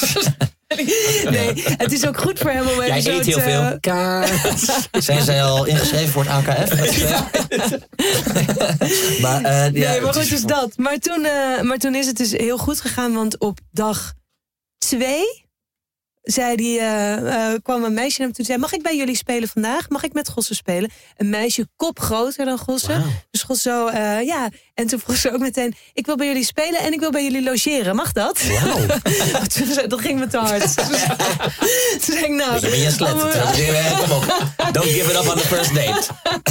Nee, het is ook goed voor hem om even Jij eet heel veel kaas. Zijn zij al ingeschreven voor het AKF? Ja. Maar goed, dus dat. Maar toen is het dus heel goed gegaan, want op dag 2... kwam een meisje naar me toe en zei... mag ik bij jullie spelen vandaag? Mag ik met Gosse spelen? Een meisje kop groter dan Gosse. Wow. Dus Gosse zo, En toen vroeg ze ook meteen... ik wil bij jullie spelen en ik wil bij jullie logeren. Mag dat? Wow. Dat ging me te hard. Toen zei ik, nou... Beetje meer slet. Kom op. Don't give it up on the first date.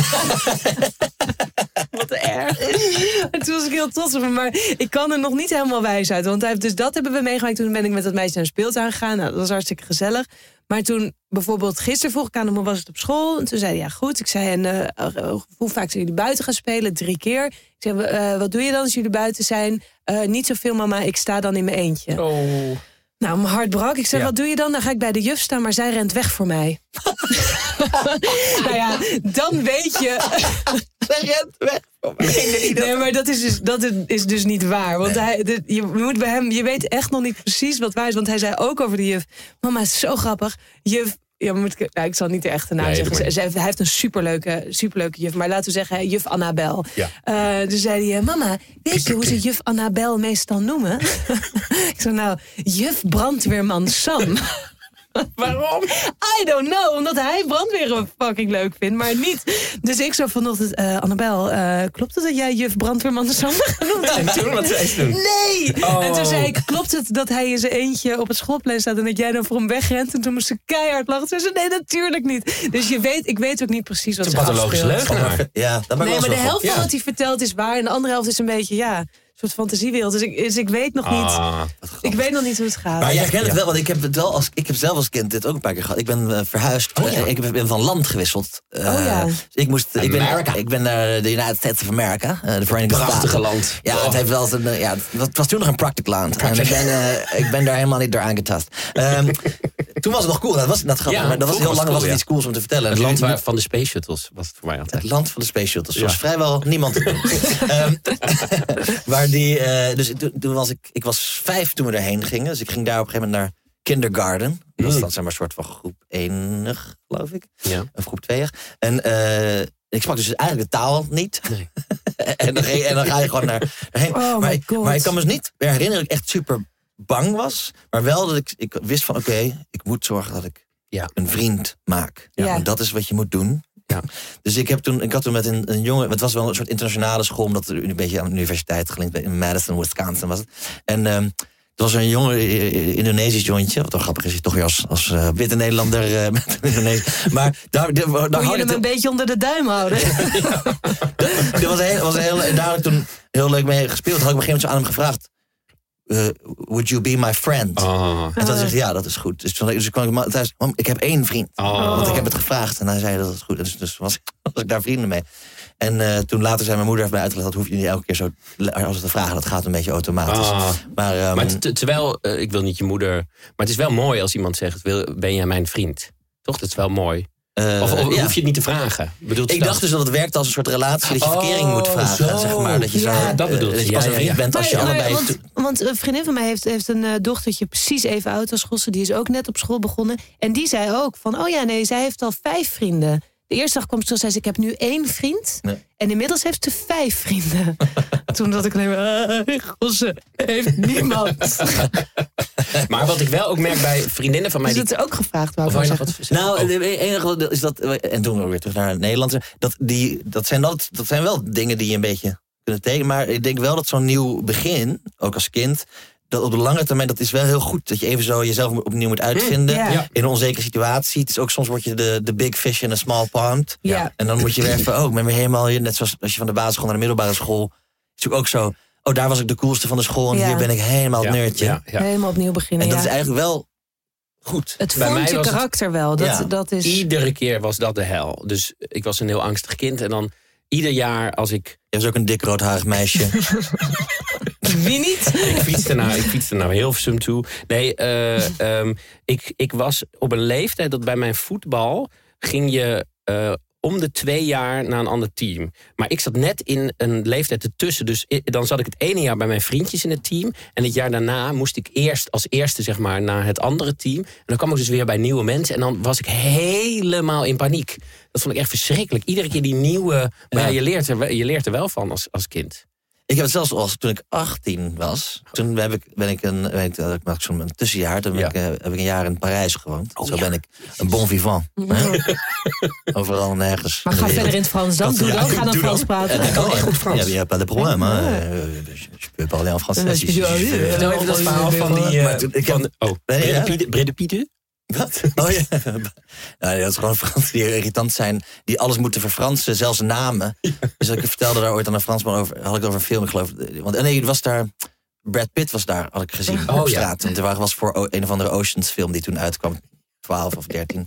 Wat erg. En toen was ik heel trots op hem. Maar ik kan er nog niet helemaal wijs uit. Want dus dat hebben we meegemaakt. Toen ben ik met dat meisje naar een speeltuin gegaan. Nou, dat was hartstikke gezellig. Maar toen, bijvoorbeeld gisteren vroeg ik aan hem, hoe was het op school? En toen zei hij, ja goed. Ik zei, hoe vaak zijn jullie buiten gaan spelen? 3 keer. Ik zei, wat doe je dan als jullie buiten zijn? Niet zoveel, mama. Ik sta dan in mijn eentje. Oh. Nou, mijn hart brak. Ik zei, wat doe je dan? Dan ga ik bij de juf staan, maar zij rent weg voor mij. Nou ja, dan weet je... Zij rent weg voor mij. Nee, maar dat is dus niet waar. Want je moet bij hem... Je weet echt nog niet precies wat waar is. Want hij zei ook over de juf... Mama, het is zo grappig. Juf... Ja, ik zal niet de echte naam zeggen. Hij heeft een superleuke juf. Maar laten we zeggen, juf Annabel. Ja. Dus zei hij, mama, weet je hoe ze juf Annabel meestal noemen? Ik zei, nou, juf brandweerman Sam. Waarom? I don't know, omdat hij brandweer fucking leuk vindt, maar niet. Dus ik zo vanochtend, Annabel, klopt het dat jij juf brandweerman de Sander genoemd hebt? En toen, wat zei ze toen? Nee! Oh. En toen zei ik, klopt het dat hij in zijn eentje op het schoolplein staat en dat jij dan voor hem wegrent? En toen moest ze keihard lachen. Ze zei, nee, natuurlijk niet. Dus ik weet ook niet precies wat Het ze is een pathologische leugenaar. Ja, dat maakt Nee, maar de helft van Ja. wat hij vertelt is waar en de andere helft is een beetje, een soort fantasiewereld. Dus ik weet nog niet. Ik weet nog niet hoe het gaat. Maar jij kent het wel, want ik heb het wel ik heb zelf als kind dit ook een paar keer gehad. Ik ben verhuisd. Ik ben van land gewisseld. Dus ik ben naar de United States of America. De Verenigde Staten. Prachtige land. Ja, het heeft wel het was toen nog een practic land. En ik ben daar helemaal niet door aangetast. Toen was het nog cool. Dat was grappig. Ja, Maar dat was heel lang cool, was het iets cools om te vertellen. Het land Nu- van de Space Shuttles was het voor mij altijd. Het land van de Space Shuttles. Zoals vrijwel niemand het doet. Maar dus toen was ik was 5 toen we erheen gingen. Dus ik ging daar op een gegeven moment naar kindergarten. Dat was dan zeg maar een soort van groep 1, geloof ik. Ja. Of groep 2. En ik sprak dus eigenlijk de taal niet. Nee. en dan ga je gewoon daarheen. Oh maar, my God. maar ik kan me dus niet meer herinneren dat ik echt super bang was. Maar wel dat ik wist van oké, ik moet zorgen dat ik een vriend maak. Ja. En dat is wat je moet doen. Ja. Dus ik had toen met een jongen, het was wel een soort internationale school, omdat er een beetje aan de universiteit gelinkt in Madison, Wisconsin was het. En het was een jonge Indonesisch jongetje, wat wel grappig is, toch weer als witte Nederlander met een Indonesisch. Maar daar Kon je hou hem een beetje onder de duim houden? daar had ik toen heel leuk mee gespeeld. Had ik op een gegeven moment zo aan hem gevraagd, would you be my friend? En toen zei hij, ja, dat is goed. Dus ik kwam thuis, ik heb 1 vriend. Want ik heb het gevraagd en hij zei dat is goed. Dus was ik daar vrienden mee. En toen later zei mijn moeder heeft mij uitgelegd, dat hoef je niet elke keer zo als te vragen. Dat gaat een beetje automatisch. Maar terwijl, ik wil niet je moeder, maar het is wel mooi als iemand zegt, ben jij mijn vriend? Toch? Dat is wel mooi. Of hoef je het niet te vragen? Ik dacht dus dat het werkte als een soort relatie, dat je verkering moet vragen. Zo. Zeg maar, dat je, dat bedoelt dat je pas een vriend bent als je allebei... Want een vriendin van mij heeft een dochtertje precies even oud als Gosse. Die is ook net op school begonnen. En die zei ook van, zij heeft al 5 vrienden. De eerste dag kwam ze zei ze, ik heb nu 1 vriend. Nee. En inmiddels heeft ze 5 vrienden. Toen dacht ik alleen maar, Gosse heeft niemand. Maar wat ik wel ook merk bij vriendinnen van mij... Dus dat is ook gevraagd. Het enige is dat... En toen weer terug naar het Nederlandse. Dat zijn wel dingen die je een beetje kunnen tekenen. Maar ik denk wel dat zo'n nieuw begin, ook als kind... dat op de lange termijn, dat is wel heel goed. Dat je even zo jezelf opnieuw moet uitvinden. In een onzekere situatie. Het is ook soms word je de big fish in a small pond. Ja. En dan moet je weer even, ik ben weer helemaal... Net zoals als je van de basisschool naar de middelbare school... is het ook zo... daar was ik de coolste van de school... en hier ben ik helemaal het nerdje. Ja. Helemaal opnieuw beginnen, En dat is eigenlijk wel goed. Het vormt je karakter wel. Dat is... Iedere keer was dat de hel. Dus ik was een heel angstig kind. En dan ieder jaar als ik... Je was ook een dik roodharig meisje. Wie niet? Ik fietste naar Hilversum toe. Nee, ik was op een leeftijd dat bij mijn voetbal... ging je om de 2 jaar naar een ander team. Maar ik zat net in een leeftijd ertussen. Dus dan zat ik het ene jaar bij mijn vriendjes in het team. En het jaar daarna moest ik als eerste zeg maar, naar het andere team. En dan kwam ik dus weer bij nieuwe mensen. En dan was ik helemaal in paniek. Dat vond ik echt verschrikkelijk. Iedere keer die nieuwe... Maar je leert er wel van als kind. Ik heb het zelfs toen ik 18 was. Toen ben ik zo'n tussenjaar. Toen heb ik een jaar in Parijs gewoond. Zo ben ik een bon vivant. Overal nergens. Maar ga verder in het Frans dan. Doe dan. Ga dan Frans praten. Ik kan echt goed Frans. Ja, je hebt pas de probleem. Je peux parler en français. Vertel even dat verhaal van die... Brede Pieten? Wat? Oh ja. Nou, dat is gewoon Fransen die irritant zijn. Die alles moeten verfransen, zelfs namen. Dus ik vertelde daar ooit aan een Fransman over. Had ik over een film, ik geloof. Het was daar... Brad Pitt was daar, had ik gezien op straat. Want er was voor een of andere Oceans film die toen uitkwam. 12 of 13.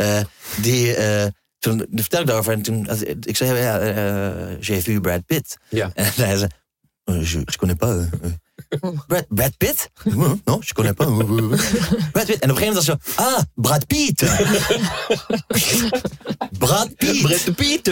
Toen vertelde ik daarover. En toen ik zei, j'ai vu Brad Pitt. Ja. En hij zei, je connais pas... Brad Pitt? Non, je connais pas. Brad Pitt. En op een gegeven moment was zo... Brad Pitt. Brad Pitt.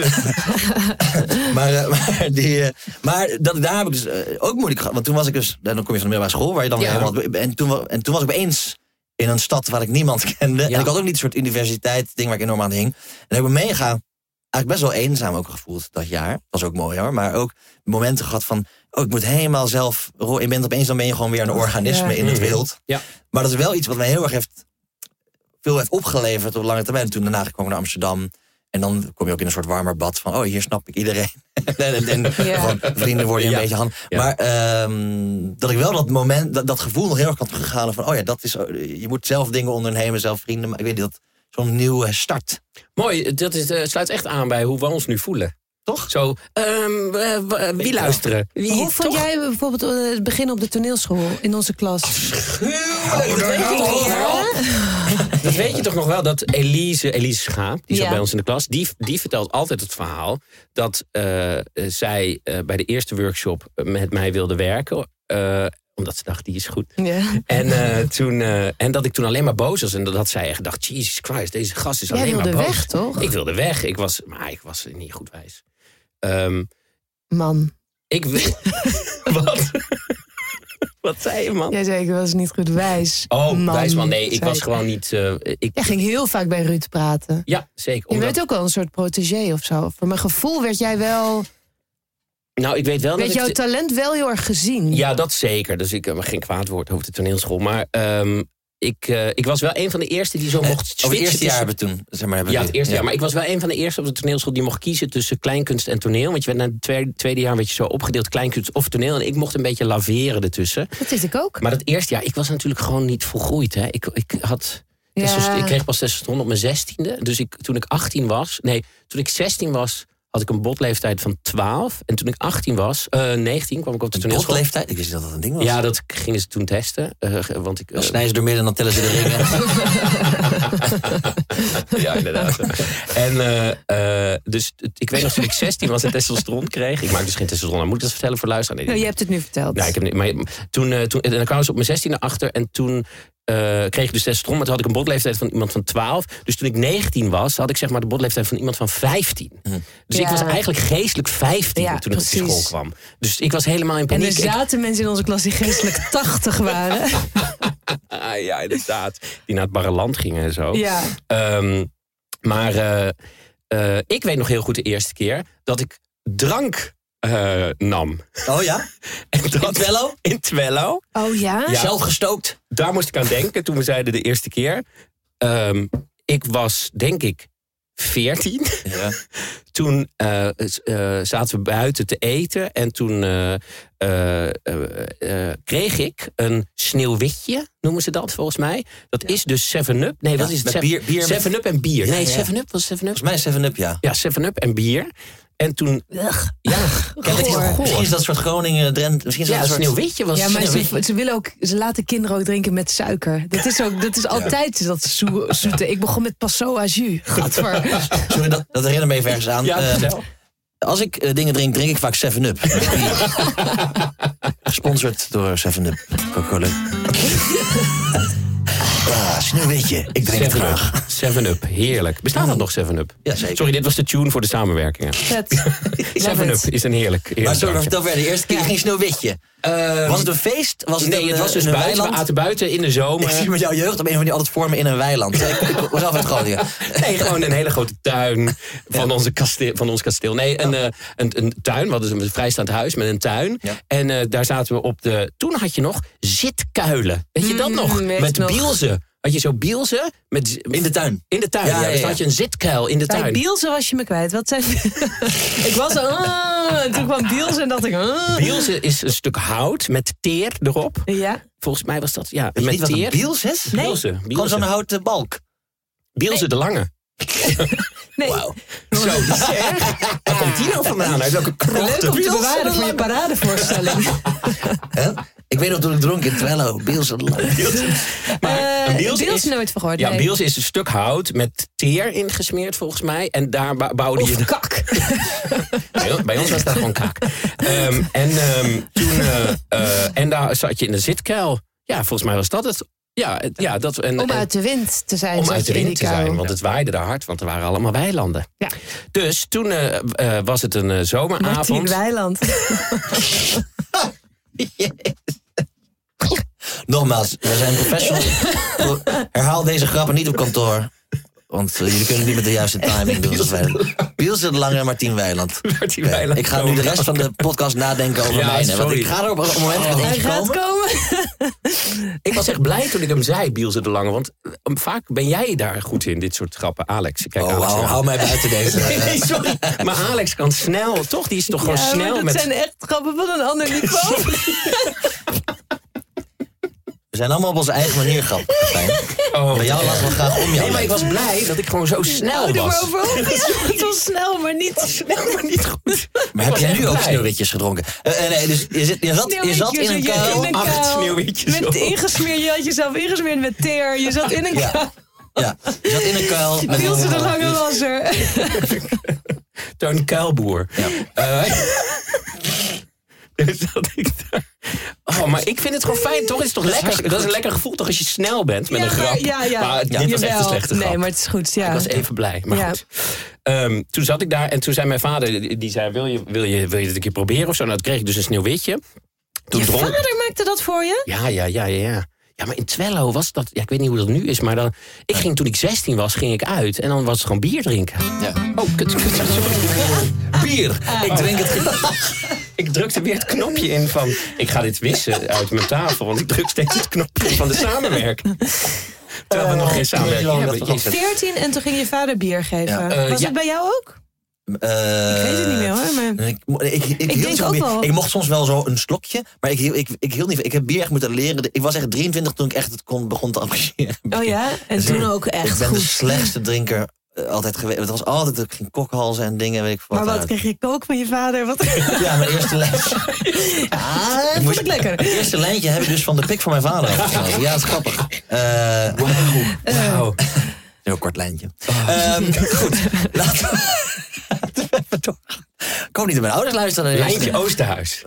Maar daar heb ik dus ook moeilijk gehad. Want toen was ik dus... Dan kom je van de middelbare school. Waar je dan helemaal, en toen was ik opeens in een stad waar ik niemand kende. En ik had ook niet een soort universiteit ding waar ik enorm aan hing. En ik ben meegegaan. Eigenlijk best wel eenzaam ook gevoeld dat jaar. Was ook mooi hoor. Maar ook momenten gehad van... ik moet helemaal zelf... Dan ben je gewoon weer een organisme in het wild. Ja. Maar dat is wel iets wat mij heel erg heeft veel heeft opgeleverd op lange termijn. En toen daarna kwam ik naar Amsterdam. En dan kom je ook in een soort warmer bad van... hier snap ik iedereen. en gewoon vrienden worden je een beetje hand. Ja. Maar dat ik wel dat moment, dat gevoel nog heel erg kan terughalen van... dat is, je moet zelf dingen ondernemen, zelf vrienden. Maar ik weet niet, dat zo'n nieuwe start. Mooi, dat sluit echt aan bij hoe we ons nu voelen. Toch? Zo, wie luisteren? Hoe vond jij bijvoorbeeld het begin op de toneelschool in onze klas? Dat weet je toch nog wel, dat Elise Schaap, die zat bij ons in de klas... die vertelt altijd het verhaal dat zij bij de eerste workshop met mij wilde werken... omdat ze dacht, die is goed. Ja. En dat ik toen alleen maar boos was. En dat zij echt dacht, Jesus Christ, deze gast is alleen maar boos. Jij wilde weg, toch? Ik wilde weg. Ik was niet goed wijs. Man. Ik wil... Wat? Wat zei je, man? Jij zei, ik was niet goed wijs. Oh, man. Wijs man. Nee, ik was gewoon niet... Jij ging heel vaak bij Ruud praten. Ja, zeker. Je werd ook wel een soort protégé of zo. Voor mijn gevoel werd jij wel... Nou, ik weet wel werd jouw talent wel heel erg gezien? Ja, dat zeker. Dus ik geen kwaad woord over de toneelschool. Maar ik was wel een van de eerste die zo mocht switchen. Over het eerste jaar hebben we toen. Zeg maar, het eerste jaar. Maar ik was wel een van de eerste op de toneelschool die mocht kiezen tussen kleinkunst en toneel. Want je werd na het tweede jaar werd je zo opgedeeld, kleinkunst of toneel. En ik mocht een beetje laveren ertussen. Dat wist ik ook. Maar dat eerste jaar, ik was natuurlijk gewoon niet volgroeid. Hè. Ik kreeg pas testosteron op mijn 16e. Dus toen ik 16 was... had ik een botleeftijd van 12. En toen ik 19 kwam ik op de toneelschool. Botleeftijd? Ik wist niet dat dat een ding was. Ja, dat gingen ze toen testen. Want dan snijden ze door midden en dan tellen ze de ringen. Ja, inderdaad. En dus ik weet nog, toen ik 16 was en testosteron kreeg. Ik maak dus geen testosteron aan. Moet ik dat vertellen voor luisteren? Nee, je hebt het nu verteld. Ja, ik heb maar toen dan kwamen ze op mijn 16e achter. En toen... kreeg ik dus testosteron, maar toen had ik een botleeftijd van iemand van 12. Dus toen ik 19 was, had ik zeg maar de botleeftijd van iemand van 15. Dus ik was eigenlijk geestelijk 15 toen ik op die school kwam. Dus ik was helemaal in paniek. En er zaten mensen in onze klas die geestelijk 80 waren. Ja, inderdaad. Die naar het barreland gingen en zo. Ja. Maar ik weet nog heel goed de eerste keer dat ik drank nam. Oh ja? In Twello? In Twello. Oh ja? Zelf gestookt? Daar moest ik aan denken toen we zeiden de eerste keer. Ik was, denk ik, 14. Ja. Toen zaten we buiten te eten. En toen kreeg ik een sneeuwwitje, noemen ze dat volgens mij. Dat is dus 7-Up. Nee, wat is het? Bier 7-Up en bier. Nee, 7-Up was 7-Up. Volgens mij 7-Up, ja. Ja, 7-Up en bier. En toen... Misschien is dat soort Groningen, Drenthe... Misschien is dat een soort sneeuwwitje was... Ja, maar ze laten kinderen ook drinken met suiker. Dat is altijd dat zoete. Ik begon met Passot à jus. Gadver. Sorry, dat herinner me even ergens aan. Ja, als ik dingen drink ik vaak 7-Up. Gesponsord door 7-Up. Coca-Cola. Sneeuwwitje. Ik drink het graag. 7-Up, heerlijk. Bestaat dat nog 7-Up? Ja, zeker. Sorry, dit was de tune voor de samenwerkingen. 7-Up is een heerlijk. Maar sorry, vertel verder. De eerste keer ging Sneeuwwitje. Was het een feest? Het was dus buiten. We aten buiten in de zomer. Ik zie met jouw jeugd op een manier altijd vormen in een weiland. Ik was altijd Groningen. Nee, gewoon een hele grote tuin van ons kasteel. Nee, een tuin. We hadden een vrijstaand huis met een tuin. Ja. En daar zaten we op de... Toen had je nog zitkuilen. Weet je dat nog? Met bielzen. Had je zo bielzen? In de tuin? In de tuin, ja. Dus had je een zitkuil in de tuin. Bij bielzen was je me kwijt. Wat zei ik was en toen kwam bielzen en dacht ik... Bielzen is een stuk hout met teer erop. Ja. Volgens mij was dat, Weet je met teer. Wat biels is? Nee. Bielzen. Gewoon zo'n houten balk. Bielzen de Lange. Nee. Wauw. Zo, dat is erg. Waar komt die nou vandaan? Hij is ook een leuk om te bewaren voor je paradevoorstelling. Ik weet nog toen ik dronk in Twello. Bielsen de Lange. Biels nooit verhoord. Ja, biels is een stuk hout met teer ingesmeerd volgens mij. En daar bouwde je... kak. Bij ons was dat gewoon kak. En daar zat je in de zitkuil. Ja, volgens mij was dat het. Ja, om uit de wind te zijn. Om uit de wind te zijn, want het waaide daar hard. Want er waren allemaal weilanden. Ja. Dus toen was het een zomeravond. Martien Weiland. Nogmaals, we zijn professionals. Herhaal deze grappen niet op kantoor. Want jullie kunnen niet met de juiste timing doen. Biels de Lange en Martien Weiland. Weiland. Ik ga nu de rest van de podcast nadenken over mij. Want ik ga er op een moment met eentje komen. Ik was echt blij toen ik hem zei, Biels de Lange. Want vaak ben jij daar goed in, dit soort grappen. Alex, kijk, Alex, hou mij buiten deze. Nee, sorry. Maar Alex kan snel, toch? Die is toch gewoon snel. Dat zijn echt grappen van een ander niveau. We zijn allemaal op onze eigen manier grappig. Bij jou lachen we graag om jou. Nee, maar ik was blij dat ik gewoon zo snel was. Het was snel, maar niet goed. Maar heb jij nu ook sneeuwwitjes gedronken? Nee, dus je zat in een kuil. 8 sneeuwwitjes. Je had jezelf ingesmeerd met teer. Je zat in een kuil. Ja, je zat in een kuil. Biels de Lange was er. Toon Kuilboer. Ja. Dus dat ik daar... Oh, maar ik vind het gewoon fijn, toch? Het is toch lekker? Dat is een lekker gevoel, toch? Als je snel bent met een grap. Ja. Maar dit was echt een slechte grap. Nee, maar het is goed, ja. Ik was even blij, maar goed. Toen zat ik daar en toen zei mijn vader... Die zei, wil je dit een keer proberen of zo? Nou, toen kreeg ik dus een sneeuwwitje. Je vader maakte dat voor je? Ja. Ja, maar in Twello was dat... Ja, ik weet niet hoe dat nu is, maar dan... Ik ging, toen ik 16 was, ging ik uit. En dan was het gewoon bier drinken. Ja. Oh, kut. Bier. Ik drink het Ik drukte weer het knopje in van... Ik ga dit wissen uit mijn tafel. Want ik druk steeds het knopje van de samenwerking. Terwijl we nog geen samenwerking hebben. 14 en toen ging je vader bier geven. Was het bij jou ook? Ik weet het niet meer hoor. Maar... Ik mocht soms wel zo een slokje, maar ik hield niet. Ik heb bier echt moeten leren. Ik was echt 23 toen ik echt het begon te appreciëren. Oh ja? En dus toen ook echt goed. Ik ben de slechtste drinker altijd geweest. Het was altijd, ik ging kokhalzen en dingen. Weet ik maar wat kreeg je kook van je vader? Wat? Ja, mijn eerste lijntje. Vond ik lekker. Het eerste lijntje heb ik dus van de pik van mijn vader afgenomen. Ja, dat is grappig. Wauw. Heel kort lijntje. Goed, laten we even doorgaan. Ik hoop niet dat mijn ouders luisteren. Lijntje Oosterhuis.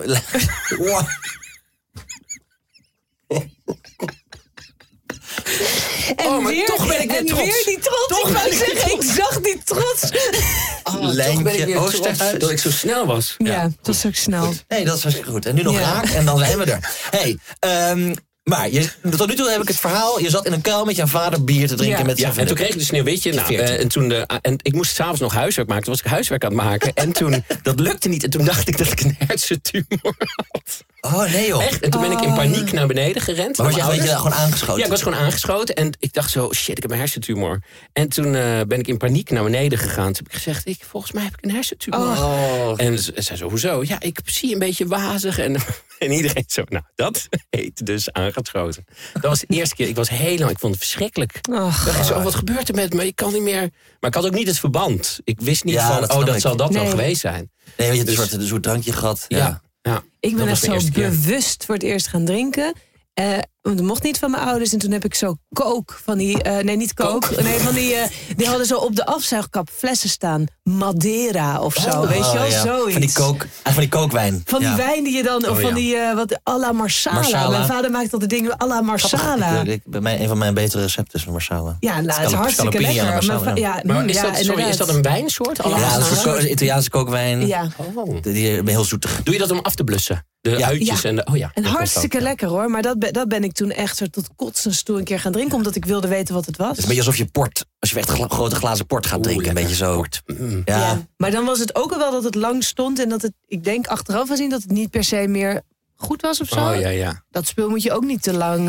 En maar weer, toch ben ik weer trots. weer die trots. Toch ik wou zeggen, ik zag die trots. Lijntje ben ik weer Oosterhuis. Dat ik zo snel was. Ja, dat was ook snel. Nee, dat is hartstikke goed. En nu nog raak en dan zijn we er. Hey, maar tot nu toe heb ik het verhaal. Je zat in een kuil met jouw vader bier te drinken met zijn en toen kreeg ik dus Sneeuwwitje. Nou, en ik moest s'avonds nog huiswerk maken. Toen was ik huiswerk aan het maken. En toen, dat lukte niet. En toen dacht ik dat ik een hersentumor had. Oh, nee joh. Echt? En toen ben ik in paniek naar beneden gerend. Maar was je gewoon aangeschoten? Ja, ik was gewoon aangeschoten. En ik dacht zo, shit, ik heb een hersentumor. En toen ben ik in paniek naar beneden gegaan. Toen heb ik gezegd, volgens mij heb ik een hersentumor. En ze zei zo, hoezo? Ja, ik zie een beetje wazig. En iedereen zo, nou, dat heet dus aangeschoten. Dat was de eerste keer. Ik was heel lang, ik vond het verschrikkelijk. Ik dacht zo, wat gebeurt er met me? Ik kan niet meer. Maar ik had ook niet het verband. Ik wist niet dat zal dat wel geweest zijn. Nee, je hebt een soort drankje gehad. Ja. Ik ben echt zo bewust voor het eerst gaan drinken. Want dat mocht niet van mijn ouders. En toen heb ik zo kook van die... nee, niet kook. Nee, van die... die hadden zo op de afzuigkap flessen staan. Madeira of zo. Weet je wel? Ja. Zoiets. Van die kookwijn. Van die wijn die je dan... Of van die... wat à la Marsala. Mijn vader maakt altijd dingen à la Marsala. Bij mij een van mijn betere recepten is van Marsala. Ja, nou, het is hartstikke lekker. Maar is dat een wijnsoort? Ja, dat is een Italiaanse kookwijn. Ja. Die heel zoetig. Doe je dat om af te blussen? De uitjes en de... En hartstikke lekker hoor. Maar dat ben ik toen echt zo tot kotsens toe een keer gaan drinken. Omdat ik wilde weten wat het was. Het is een beetje alsof je port... Als je echt grote glazen port gaat drinken. Een beetje zo. Ja. Maar dan was het ook al wel dat het lang stond. En dat het, ik denk achteraf gezien, dat het niet per se meer goed was of zo. Dat spul moet je ook niet te lang...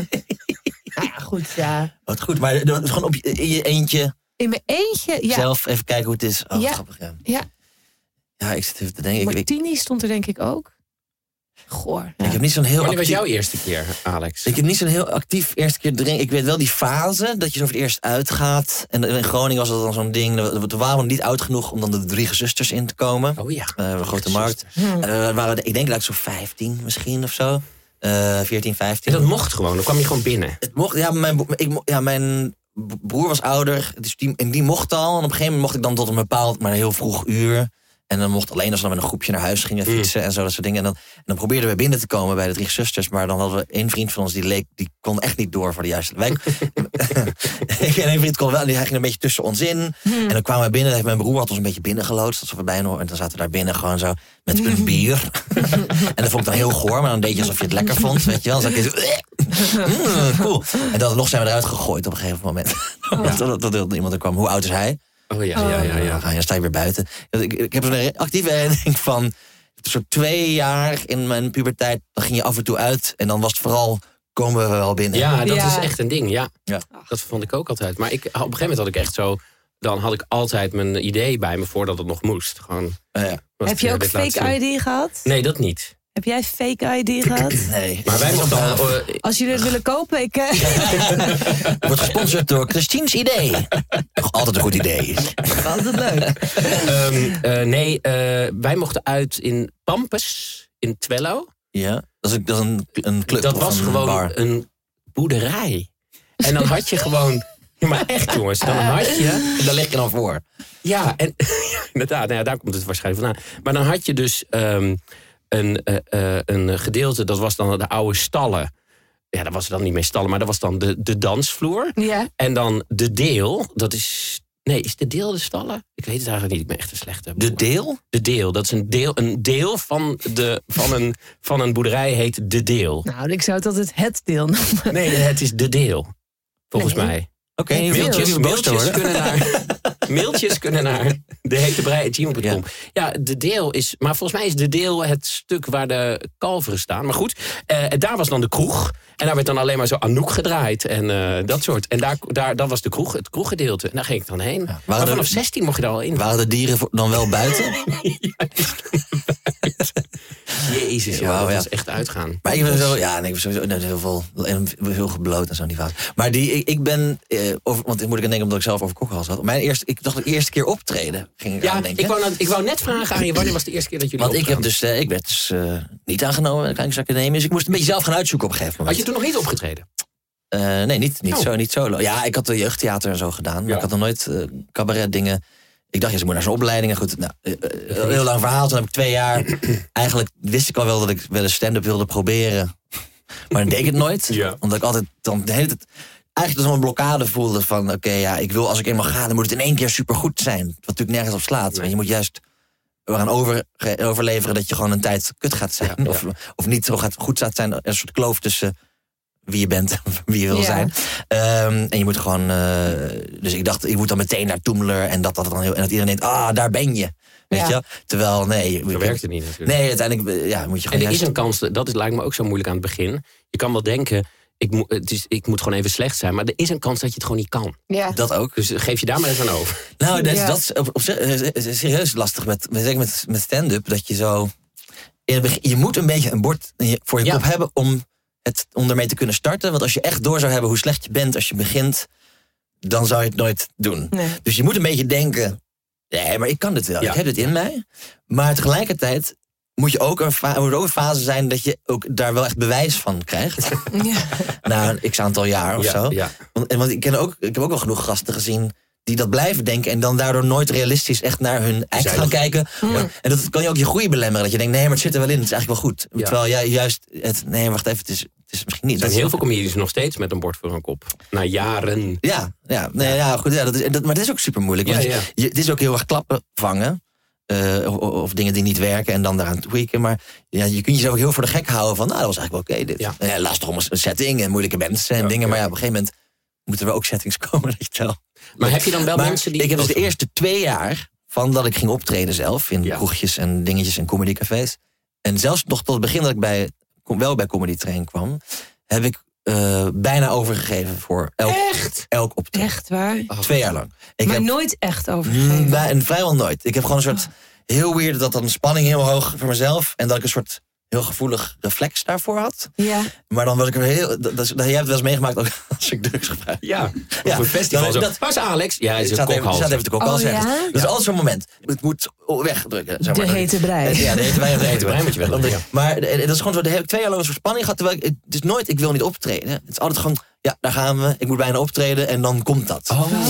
goed, ja. Wat goed, maar gewoon in je eentje... In mijn eentje, ja. Zelf even kijken hoe het is. Grappig, ja, ik zit even te denken. Martini stond er denk ik ook. Goor. Ja. Ik heb niet zo'n heel Wanneer was jouw eerste keer, Alex? Ik heb niet zo'n heel actief eerste keer drinken. Ik weet wel die fase dat je zo voor het eerst uitgaat. En in Groningen was dat dan zo'n ding. We waren niet oud genoeg om dan de 3 zusters in te komen. Oh ja. Een grote markt. Ik denk dat ik zo 15 misschien of zo. 14, 15. En dat mocht gewoon, dan kwam je gewoon binnen. Het mocht, mijn broer was ouder. Dus die mocht al. En op een gegeven moment mocht ik dan tot een bepaald, maar een heel vroeg uur. En dan mocht alleen als we dan met een groepje naar huis gingen fietsen en zo, dat soort dingen. En dan probeerden we binnen te komen bij de 3 zusters. Maar dan hadden we één vriend van ons, die kon echt niet door voor de juiste wijk. En één vriend kon wel, hij ging een beetje tussen ons in. En dan kwamen we binnen, en mijn broer had ons een beetje binnengeloodst. Dat ze voorbij nog. En dan zaten we daar binnen gewoon zo met een bier. En dat vond ik dan heel goor, maar dan deed je alsof je het lekker vond. Weet je wel. Dan zat je zo, Cool. En dan nog zijn we eruit gegooid op een gegeven moment. Dat iemand er kwam. Hoe oud is hij? Oh ja. Dan sta je weer buiten. Ik heb zo'n actieve herinnering van zo'n 2 jaar in mijn puberteit. Dan ging je af en toe uit en dan was het vooral, komen we wel binnen. Ja, dat is echt een ding, ja. Dat vond ik ook altijd. Maar op een gegeven moment had ik echt zo, dan had ik altijd mijn idee bij me voordat het nog moest. Gewoon, heb je ook fake ID gehad? Nee, dat niet. Heb jij fake ID gehad? Nee. Maar wij mochten Als jullie het willen kopen, ik... Wordt gesponsord door Christine's idee. Nog altijd een goed idee. Altijd leuk. Wij mochten uit in Pampus, in Twello. Ja, dat is een club. Dat of was een gewoon bar. een boerderij. En dan had je gewoon... Ja, maar echt jongens, dan had je... Daar lig je dan voor. Ja, en inderdaad, daar komt het waarschijnlijk vandaan. Maar dan had je dus een gedeelte, dat was dan de oude stallen. Ja, dat was dan niet meer stallen, maar dat was dan de dansvloer. Ja. En dan de deel, dat is... Nee, is de deel de stallen? Ik weet het eigenlijk niet, ik ben echt een slechte boer. De deel? De deel, dat is een deel van een boerderij heet de deel. Nou, ik zou het altijd het deel noemen. Nee, het is de deel. Volgens Nee. mij. Oké, Mailtjes kunnen naar dehetebrei@gmail.com. Ja, de deel is... Maar volgens mij is de deel het stuk waar de kalveren staan. Maar goed, daar was dan de kroeg. En daar werd dan alleen maar zo Anouk gedraaid. En dat soort. En dat was de kroeg, het kroeggedeelte. En daar ging ik dan heen. Ja, maar vanaf 16 mocht je daar al in. Waren de dieren dan wel buiten? Jezus, dat was echt uitgaan. Maar ik ben zo, ik ben sowieso heel gebloot en zo niet fout. Maar ik ben, want ik moet ik aan denken omdat ik zelf over kokkenhals had. Ik dacht de eerste keer optreden, ging ik aan denken. Ik wou net vragen aan je, wanneer was de eerste keer dat jullie Want ik werd dus niet aangenomen bij de Kleinkunstacademie. Dus ik moest een beetje zelf gaan uitzoeken op een gegeven moment. Had je toen nog niet opgetreden? Nee, niet solo. Ja, ik had de jeugdtheater en zo gedaan. Maar ik had nog nooit cabaret dingen. Ik dacht, ze moet naar zijn opleidingen. Goed, heel lang verhaal. Toen heb ik 2 jaar. Eigenlijk wist ik al wel dat ik wel eens stand-up wilde proberen. Maar dan deed ik het nooit. Ja. Omdat ik altijd dan de hele tijd eigenlijk zo'n blokkade voelde van... ik wil als ik eenmaal ga, dan moet het in 1 keer supergoed zijn. Wat natuurlijk nergens op slaat. Nee. Maar je moet juist gaan overleveren dat je gewoon een tijd kut gaat zijn. Ja. Of niet zo goed gaat zijn. Een soort kloof tussen wie je bent en wie je wil zijn. En je moet gewoon... dus ik dacht, ik moet dan meteen naar Toemler. En dat dan heel... En dat iedereen denkt, daar ben je. Weet je? Terwijl, nee... Dat werkt het niet natuurlijk. Nee, uiteindelijk moet je gewoon... En er is een kans, dat lijkt me ook zo moeilijk aan het begin. Je kan wel denken, ik moet gewoon even slecht zijn. Maar er is een kans dat je het gewoon niet kan. Ja. Dat ook. Dus geef je daar maar even aan over. Nou, dat is op serieus lastig met stand-up. Dat je zo... In het begin, je moet een beetje een bord voor je kop hebben om ermee te kunnen starten. Want als je echt door zou hebben hoe slecht je bent als je begint, dan zou je het nooit doen. Nee. Dus je moet een beetje denken, nee, maar ik kan dit wel. Ik heb dit in mij. Maar tegelijkertijd moet je ook een fase zijn dat je ook daar wel echt bewijs van krijgt. Na een x-aantal jaar of zo. Ja. Want ik heb ook wel genoeg gasten gezien die dat blijven denken en dan daardoor nooit realistisch echt naar hun act gaan kijken. Ja. En dat kan je ook je groei belemmeren. Dat je denkt, nee, maar het zit er wel in. Het is eigenlijk wel goed. Ja. Terwijl juist nee, wacht even, het is misschien niet. Er zijn heel veel comedians nog steeds met een bord voor hun kop. Na jaren. Goed. Maar het is ook super moeilijk. Want het is ook heel erg klappen vangen. Of dingen die niet werken en dan daaraan tweaken. Maar je kunt jezelf ook heel voor de gek houden van, dat was eigenlijk wel oké. Dit. Ja, lastig om een setting en moeilijke mensen en dingen. Maar op een gegeven moment moeten er ook settings komen. Dat je wel. Maar heb je dan wel mensen die... Ik heb dus de eerste 2 jaar van dat ik ging optreden zelf in kroegjes en dingetjes en comedycafés. En zelfs nog tot het begin dat ik wel bij Comedy Train kwam, heb ik bijna overgegeven voor elk optreden. Echt waar? 2 jaar lang. Ik maar heb nooit echt overgegeven? Vrijwel nooit. Ik heb gewoon een soort heel weird dat dan de spanning heel hoog voor mezelf en dat ik een soort heel gevoelig reflex daarvoor had. Ja. Maar dan was ik er heel... Jij hebt het wel eens meegemaakt ook als ik drugs gebruik. Ja, op een festival zo. Waar is Alex? Ja, hij is een kokhals. Staat even te kokhals. Ja? Dat is altijd zo'n moment. Het moet wegdrukken. Zeg maar. De hete brei. Ja, de hete brei moet je wegdrukken. Ja. Maar dat is gewoon zo, daar heb ik 2 jaar lang een soort spanning gehad. Terwijl het is nooit, ik wil niet optreden. Het is altijd gewoon, daar gaan we. Ik moet bijna optreden en dan komt dat.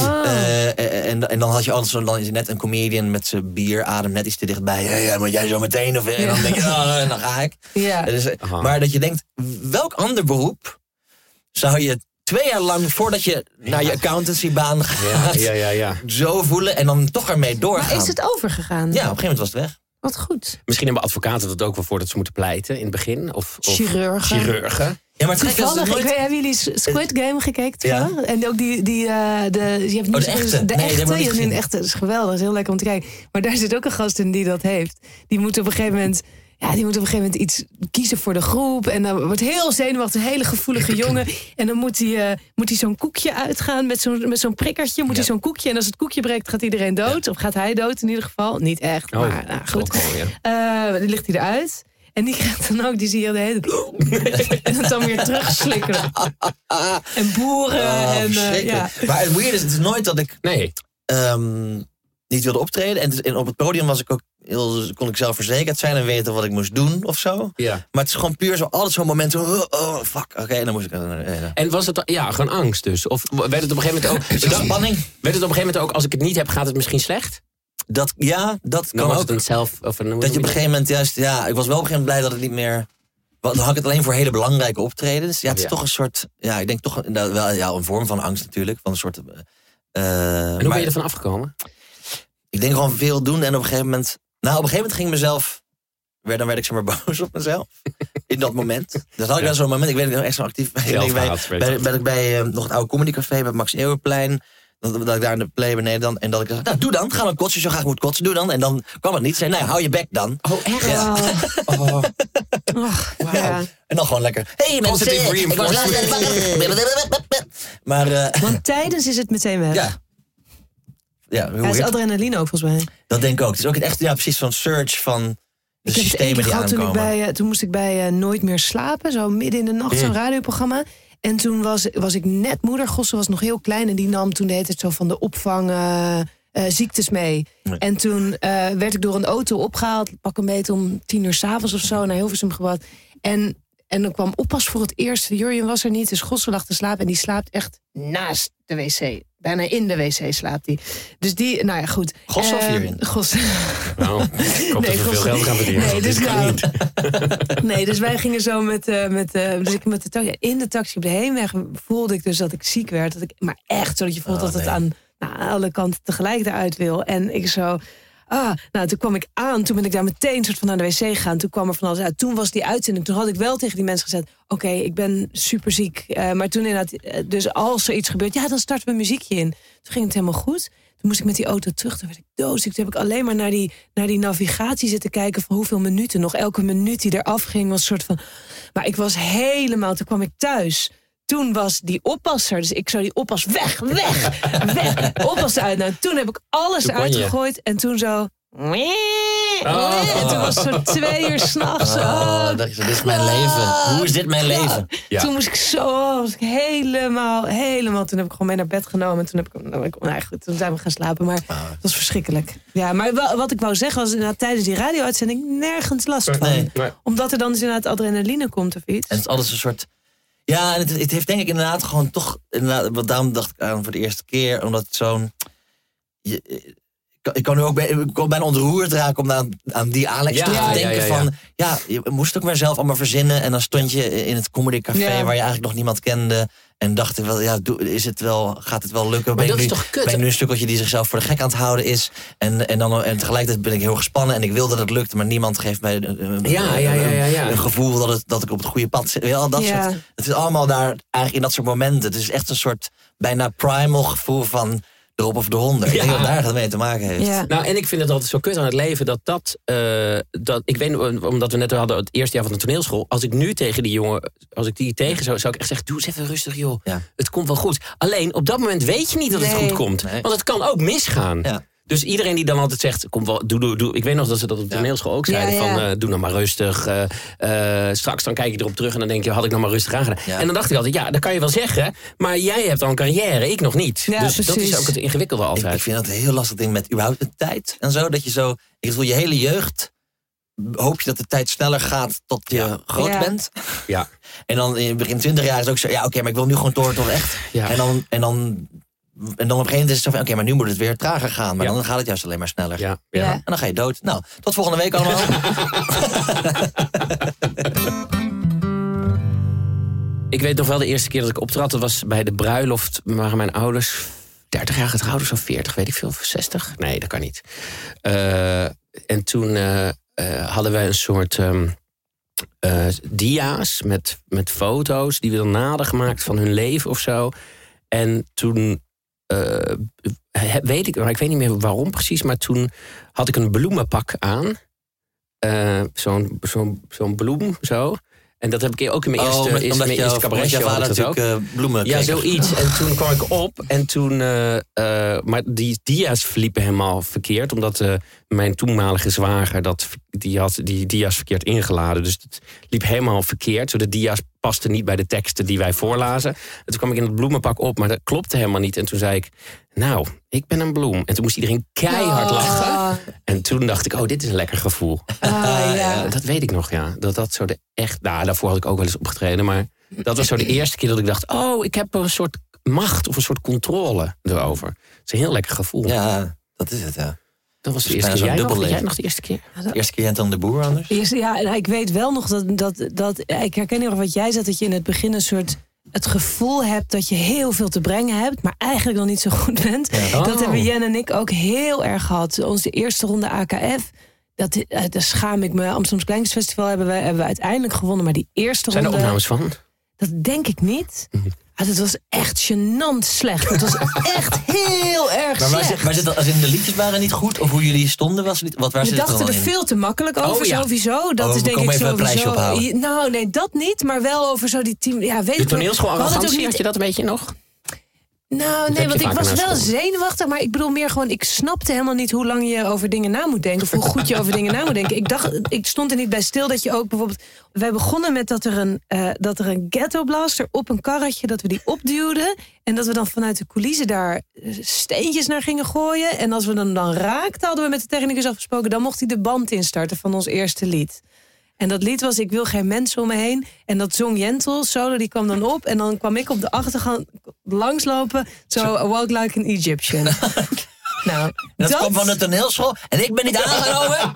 En dan had je altijd zo, dan is er net een comedian met zijn bieradem net iets te dichtbij. Ja, maar jij zo meteen. En dan denk je, en dan ga ik. Ja. Dus, maar dat je denkt, welk ander beroep zou je 2 jaar lang voordat je naar je accountancybaan gaat zo voelen en dan toch ermee doorgaan? Maar is het overgegaan? Ja, op een gegeven moment was het weg. Wat goed. Misschien hebben advocaten dat ook wel voordat ze moeten pleiten in het begin. Of chirurgen. Ja, maar toevallig, hebben jullie Squid Game gekeken? Ja. En ook je hebt de echte. De echte, dat je hebt een echte, dat is geweldig, dat is heel lekker om te kijken. Maar daar zit ook een gast in die dat heeft. Die moet op een gegeven moment iets kiezen voor de groep. En dan wordt heel zenuwachtig, een hele gevoelige jongen. En dan moet hij zo'n koekje uitgaan met zo'n prikkertje. Moet hij zo'n koekje. En als het koekje breekt, gaat iedereen dood. Of gaat hij dood in ieder geval. Niet echt, maar goed. Dan ligt hij eruit. En die gaat dan ook, die zie je de hele... en dan weer terugslikken. En boeren. Maar het weird is, het is nooit dat ik... Nee. Niet wilde optreden. En op het podium was ik ook kon ik zelfverzekerd zijn en weten wat ik moest doen of zo. Ja. Maar het is gewoon puur zo, altijd zo'n moment zo, fuck, oké, en dan moest ik... En was het, gewoon angst dus? Of werd het op een gegeven moment ook... spanning? Werd het op een gegeven moment ook, als ik het niet heb, gaat het misschien slecht? Dat kan ook. Het zelf, of dat je op een gegeven moment juist, ik was wel op een gegeven moment blij dat het niet meer... Dan had ik het alleen voor hele belangrijke optredens. Ja, het is toch een soort, ik denk toch wel een vorm van angst natuurlijk. Van een soort... en hoe ben je ervan afgekomen? Ik denk gewoon veel doen en op een gegeven moment... ging mezelf... Dan werd ik zo maar boos op mezelf. In dat moment. Dus had ik wel zo'n moment. Ik weet het echt zo actief. Ben ik bij nog het oude comedycafé bij Max Eeuwenplein. Dat ik daar in de play beneden dan. En dat ik dacht, doe dan. Ga dan kotsen. Zo graag moet kotsen. Doe dan. En dan kwam het niet. Zei, nee, hou je bek dan. Oh, echt? Ja. Wow. En dan gewoon lekker. Hey mensen, ik was maar... Want tijdens is het meteen weg. Ja, is adrenaline ook volgens mij. Dat denk ik ook. Het is ook echt precies zo'n surge van de systemen die aankomen. Toen moest ik bij Nooit meer slapen, zo midden in de nacht, zo'n radioprogramma. En toen was ik net moeder. Gosse was nog heel klein en die nam toen de hele tijd zo van de opvang ziektes mee. Nee. En toen werd ik door een auto opgehaald, pak een beetje om 10:00 s'avonds of zo, naar Hilversum gebracht. En dan kwam oppas voor het eerst. Jurjen was er niet, dus Gosse lag te slapen en die slaapt echt naast de wc. Bijna in de wc slaapt hij. Dus die, nou ja, goed. Gosse of Jurjen? Gosse. Nou, ik hoop dat we veel geld gaan verdienen. Nee, dus nee, dus wij gingen zo met de taxi. In de taxi op de heenweg voelde ik dus dat ik ziek werd. Maar echt, zodat je voelt dat het aan alle kanten tegelijk eruit wil. En ik zo... toen kwam ik aan. Toen ben ik daar meteen soort van naar de wc gegaan. Toen kwam er van alles uit. Toen was die uitzending. Toen had ik wel tegen die mensen gezegd... Oké, ik ben super ziek. Maar toen inderdaad... Dus als er iets gebeurt... Ja, dan starten we een muziekje in. Toen ging het helemaal goed. Toen moest ik met die auto terug. Toen werd ik doodziek. Toen heb ik alleen maar naar die navigatie zitten kijken... van hoeveel minuten nog. Elke minuut die eraf ging was een soort van... Maar ik was helemaal... Toen kwam ik thuis... Toen was die oppasser, dus ik zou die oppas weg, oppassen uit. Nou, toen heb ik alles eruit gegooid en toen zo... En toen was het zo 2 uur 's nachts. Dit is mijn leven. Hoe is dit mijn leven? Ja. Toen was ik helemaal... Toen heb ik gewoon mee naar bed genomen. En toen zijn we gaan slapen. Maar het was verschrikkelijk. Ja, maar wat ik wou zeggen was inderdaad tijdens die radio-uitzending nergens last van. Nee. Omdat er dan dus inderdaad adrenaline komt of iets. En het is alles een soort... Ja, en het heeft denk ik inderdaad gewoon toch... Want daarom dacht ik aan voor de eerste keer. Omdat het zo'n... Ik kan nu ook bijna ontroerd raken om aan die Alex te denken van... Ja, je moest het ook maar zelf allemaal verzinnen. En dan stond je in het comedycafé waar je eigenlijk nog niemand kende. En dacht ik wel, gaat het wel lukken? Maar dat is toch kut? Ben ik nu een stukkeltje die zichzelf voor de gek aan het houden is? En tegelijkertijd ben ik heel gespannen en ik wil dat het lukt. Maar niemand geeft mij een gevoel dat ik op het goede pad zit. Het is allemaal daar eigenlijk in dat soort momenten. Het is echt een soort bijna primal gevoel van... erop of eronder. Ik denk dat daar het mee te maken heeft. Ja. Nou, en ik vind het altijd zo kut aan het leven dat ik weet, omdat we net hadden het eerste jaar van de toneelschool, als ik nu tegen die jongen, als ik die tegen zou ik echt zeggen, doe eens even rustig joh. Ja. Het komt wel goed. Alleen, op dat moment weet je niet dat het goed komt. Nee. Want het kan ook misgaan. Ja. Dus iedereen die dan altijd zegt, kom wel, doe. Ik weet nog dat ze dat op de toneelschool ook zeiden. Van, doe nou maar rustig. Straks dan kijk je erop terug en dan denk je, had ik nou maar rustig aangedaan. Ja. En dan dacht ik altijd, dat kan je wel zeggen. Maar jij hebt al een carrière, ik nog niet. Ja, dus precies. Dat is ook het ingewikkelde altijd. Ik vind dat een heel lastig ding met überhaupt de tijd. En zo, dat je zo, ik voel je hele jeugd... hoop je dat de tijd sneller gaat tot je groot bent. Ja. En dan in begin 20 jaar is het ook zo... oké, maar ik wil nu gewoon door toch echt. Ja. En dan op een gegeven moment is het zo van... oké, maar nu moet het weer trager gaan. Maar dan gaat het juist alleen maar sneller. Ja. En dan ga je dood. Nou, tot volgende week allemaal. Ik weet nog wel de eerste keer dat ik optrad. Dat was bij de bruiloft. Waren mijn ouders 30 jaar getrouwd of zo, 40, weet ik veel. Of 60? Nee, dat kan niet. En toen hadden wij een soort... dia's met foto's die we dan hadden gemaakt van hun leven of zo. En toen weet ik weet niet meer waarom precies, maar toen had ik een bloemenpak aan. Zo'n bloem, zo. En dat heb ik ook in mijn eerste cabaretshow. Bloemen ja, zoiets. En toen kwam ik op en toen... maar die dia's verliepen helemaal verkeerd. Omdat mijn toenmalige zwager, die had die dia's verkeerd ingeladen. Dus het liep helemaal verkeerd. Zo de dia's pasten niet bij de teksten die wij voorlazen. En toen kwam ik in het bloemenpak op, maar dat klopte helemaal niet. En toen zei ik, nou, ik ben een bloem. En toen moest iedereen keihard lachen. En toen dacht ik, dit is een lekker gevoel. Dat weet ik nog, ja. Dat zo daarvoor had ik ook wel eens opgetreden. Maar dat was zo de eerste keer dat ik dacht, ik heb een soort macht of een soort controle erover. Het is een heel lekker gevoel. Ja, dat is het, ja. Dat was de eerste keer. Jij nog de eerste keer? De eerste keer Jentel de Boer anders? Ik weet wel nog dat ik herken heel erg wat jij zegt, dat je in het begin een soort het gevoel hebt dat je heel veel te brengen hebt, maar eigenlijk nog niet zo goed bent. Ja. Dat hebben Jen en ik ook heel erg gehad. Onze eerste ronde AKF, daar schaam ik me. Amsterdams Kleinkunstfestival hebben we uiteindelijk gewonnen, maar die eerste ronde... Zijn er opnames van? Dat denk ik niet. Het was echt gênant slecht. Het was echt heel erg slecht. Maar als in de liedjes waren niet goed? Of hoe jullie stonden? We dachten er veel te makkelijk over, sowieso. Dat is denk ik even een prijsje ophalen. Nou, nee, dat niet. Maar wel over zo die team... Ja, weet de toneelschool arrogantie, had je dat een beetje nog? Nou, nee, want ik was wel zenuwachtig, maar ik bedoel meer gewoon, ik snapte helemaal niet hoe lang je over dingen na moet denken, of hoe goed je over dingen na moet denken. Ik stond er niet bij stil dat je ook bijvoorbeeld, wij begonnen met dat er een ghetto blaster op een karretje, dat we die opduwden en dat we dan vanuit de coulissen daar steentjes naar gingen gooien. En als we dan raakten, hadden we met de technicus afgesproken, dan mocht hij de band instarten van ons eerste lied. En dat lied was Ik wil geen mensen om me heen. En dat zong Jentel, solo, die kwam dan op. En dan kwam ik op de achtergrond langslopen. Zo, a walk like an Egyptian. Nou, dat kwam van de toneelschool en ik ben niet aangenomen.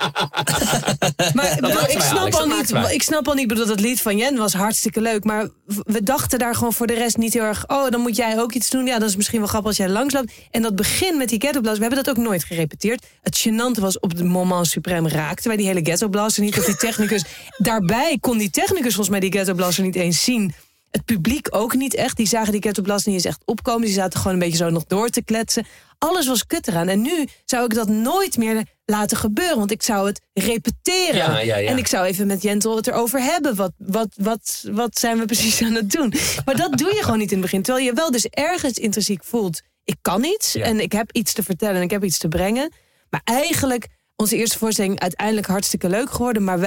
Maar ik snap al niet, bedoel, dat lied van Jen was hartstikke leuk. Maar we dachten daar gewoon voor de rest niet heel erg, dan moet jij ook iets doen. Ja, dat is misschien wel grappig als jij langsloopt. En dat begin met die ghetto blaster, we hebben dat ook nooit gerepeteerd. Het gênante was op de moment suprême raakten wij die hele ghetto blaster niet. Of die technicus, daarbij kon die technicus volgens mij die ghetto blaster niet eens zien. Het publiek ook niet echt. Die zagen die ghetto blaster niet eens echt opkomen. Die zaten gewoon een beetje zo nog door te kletsen. Alles was kut eraan. En nu zou ik dat nooit meer laten gebeuren. Want ik zou het repeteren. Ja. En ik zou even met Jentel het erover hebben. Wat zijn we precies aan het doen? Maar dat doe je gewoon niet in het begin. Terwijl je wel dus ergens intrinsiek voelt, ik kan iets. Ja. En ik heb iets te vertellen en ik heb iets te brengen. Maar eigenlijk, onze eerste voorstelling uiteindelijk hartstikke leuk geworden. Maar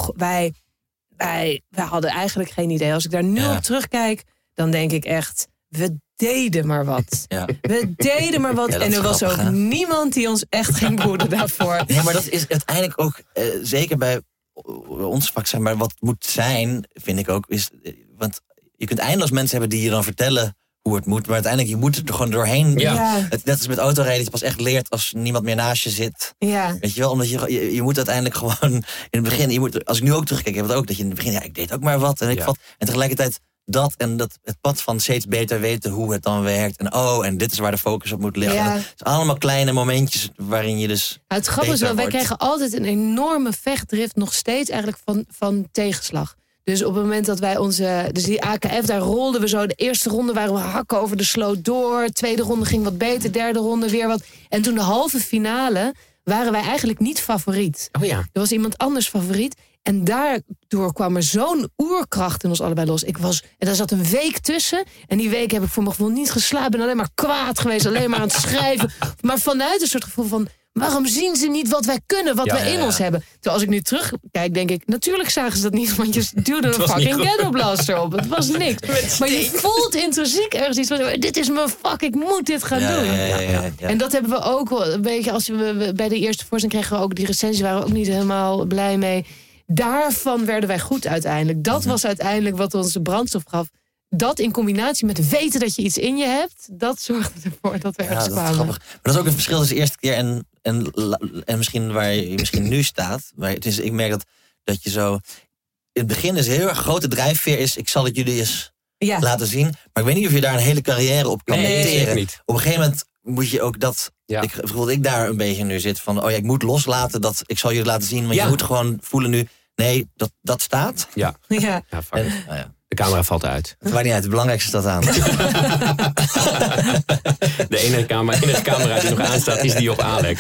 wij hadden eigenlijk geen idee. Als ik daar nu op terugkijk, dan denk ik echt, we deden maar wat. Ja. We deden maar wat. Ja, en er was ook niemand die ons echt ging boeden daarvoor. Nee, maar dat is uiteindelijk ook, zeker bij ons vak, zeg maar, wat moet zijn, vind ik ook, is, want je kunt eindeloos mensen hebben die je dan vertellen hoe het moet, maar uiteindelijk, je moet er gewoon doorheen. Ja. Net als met autorijden, dat je pas echt leert als niemand meer naast je zit. Ja. Weet je wel, omdat je moet uiteindelijk gewoon in het begin, als ik nu ook terugkijk, heb ik ook dat je in het begin, ik deed ook maar wat. En en tegelijkertijd het pad van steeds beter weten hoe het dan werkt. En dit is waar de focus op moet liggen. Ja. Het is allemaal kleine momentjes waarin je dus. Het grappige is wel, wij krijgen altijd een enorme vechtdrift nog steeds eigenlijk van tegenslag. Dus op het moment dat wij dus die AKF, daar rolden we zo. De eerste ronde waren we hakken over de sloot door. Tweede ronde ging wat beter. Derde ronde weer wat. En toen de halve finale waren wij eigenlijk niet favoriet. Oh ja. Er was iemand anders favoriet. En daardoor kwam er zo'n oerkracht in ons allebei los. En daar zat een week tussen. En die week heb ik voor mijn gevoel niet geslapen. En alleen maar kwaad geweest. Alleen maar aan het schrijven. Maar vanuit een soort gevoel van, waarom zien ze niet wat wij kunnen, wat wij in ons hebben? Terwijl als ik nu terugkijk, denk ik, natuurlijk zagen ze dat niet, want je duwde een fucking ghetto blaster op. Het was niks. Maar je voelt intrinsiek ergens iets van, dit is mijn vak, ik moet dit gaan doen. Ja. En dat hebben we ook wel een beetje, als we bij de eerste voorstelling kregen we ook, die recensie waren we ook niet helemaal blij mee. Daarvan werden wij goed uiteindelijk. Dat was uiteindelijk wat ons de brandstof gaf. Dat in combinatie met weten dat je iets in je hebt, dat zorgde ervoor dat we ergens kwamen. Maar dat is ook een verschil tussen de eerste keer en misschien waar je misschien nu staat. Maar ik merk dat je zo, in het begin is een heel erg grote drijfveer is, ik zal het jullie eens laten zien. Maar ik weet niet of je daar een hele carrière op kan monteren. Niet. Op een gegeven moment moet je ook dat. Ja. Ik daar een beetje nu zit van, ik moet loslaten dat ik zal jullie laten zien, want je moet gewoon voelen nu, Nee, dat staat. Ja. Ja. Ja, fuck. Nou ja. De camera valt uit. Het maakt niet uit, het belangrijkste staat aan. De enige camera die nog aanstaat is die op Alex.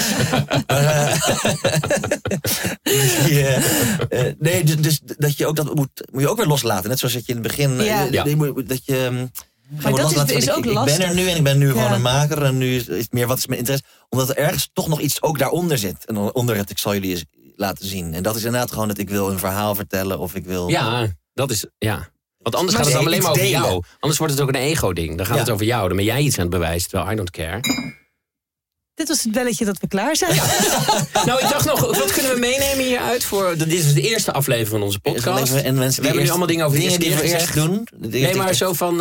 Nee, dus dat je ook dat moet je ook weer loslaten. Net zoals dat je in het begin... Ja. dat je... Maar dat is ook lastig. Ik ben er nu en ik ben nu gewoon Ja. een maker. En nu is het meer wat is mijn interesse. Omdat er ergens toch nog iets ook daaronder zit. En onder het, ik zal jullie eens laten zien. En dat is inderdaad gewoon dat ik wil een verhaal vertellen. Of ik wil... Ja, dat is... Ja. Want anders Maar gaat het dan nee, alleen maar over iets delen. jou. Anders wordt het ook een ego-ding. Dan gaat Ja. het over jou. Dan ben jij iets aan het bewijzen, terwijl I don't care. Dit was het belletje dat we klaar zijn. Nou, ik dacht nog, wat kunnen we meenemen hieruit? Dit is de eerste aflevering van onze podcast. En mensen We hebben nu allemaal dingen over de dingen die eerste we keer eerst gezegd. doen. Nee, maar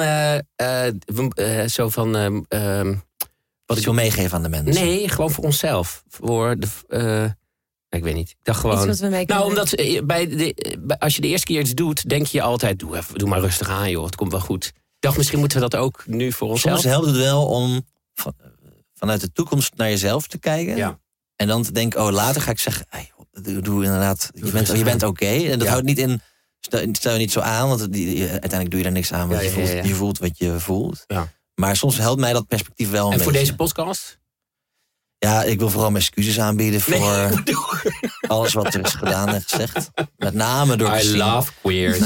Wat ik wil meegeven aan de mensen. Nee, gewoon voor onszelf. Voor de... ik weet niet. Ik dacht Iets gewoon... wat we mee kunnen Nou, omdat als je de eerste keer iets doet, denk je altijd... Doe maar rustig aan, joh. Het komt wel goed. Ik dacht, misschien moeten we dat ook nu voor onszelf. Soms helpt het wel om vanuit de toekomst naar jezelf te kijken. Ja. En dan te denken, later ga ik zeggen... Hey, doe inderdaad, je bent oké. En dat houdt niet in... Stel je niet zo aan, want uiteindelijk doe je daar niks aan. Want je voelt wat je voelt. Ja. Maar soms helpt mij dat perspectief wel een En beetje. voor deze podcast? Ja, ik wil vooral mijn excuses aanbieden voor alles wat er is gedaan en gezegd. Met name door I Christine. love queers.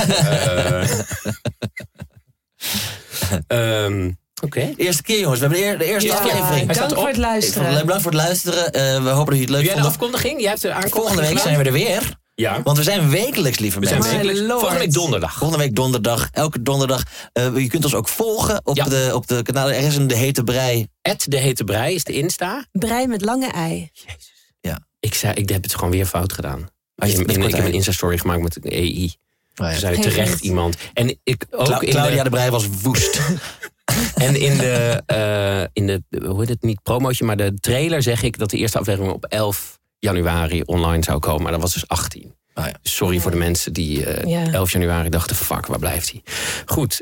Oké. Eerste keer, jongens. We hebben de eerste aflevering. Dank voor het luisteren. Bedankt voor het luisteren. We hopen dat je het leuk Doe jij de vond. afkondiging? Jij hebt de aankondiging Volgende week gedaan? zijn we er weer. Ja. Want we zijn wekelijks, lieve We zijn mensen. wekelijks. Lord. Volgende week donderdag. Volgende week donderdag, elke donderdag. Je kunt ons ook volgen op de kanalen. Er is een De Hete Brei. De Hete Brei is de Insta. Brei met lange ei. Jezus. Ja. Ik heb het gewoon weer fout gedaan. Met Ik heb kort een ei. Insta-story gemaakt met een AI. Oh, ja. Ze zei Geen terecht reet. iemand. En ik ook Claudia de Brij was woest. En in de hoe heet het, niet promootje, maar de trailer zeg ik dat de eerste aflevering op 11 januari online zou komen. Maar dat was dus 18. Oh, ja. Sorry voor de mensen die 11 januari dachten, fuck, waar blijft hij? Goed,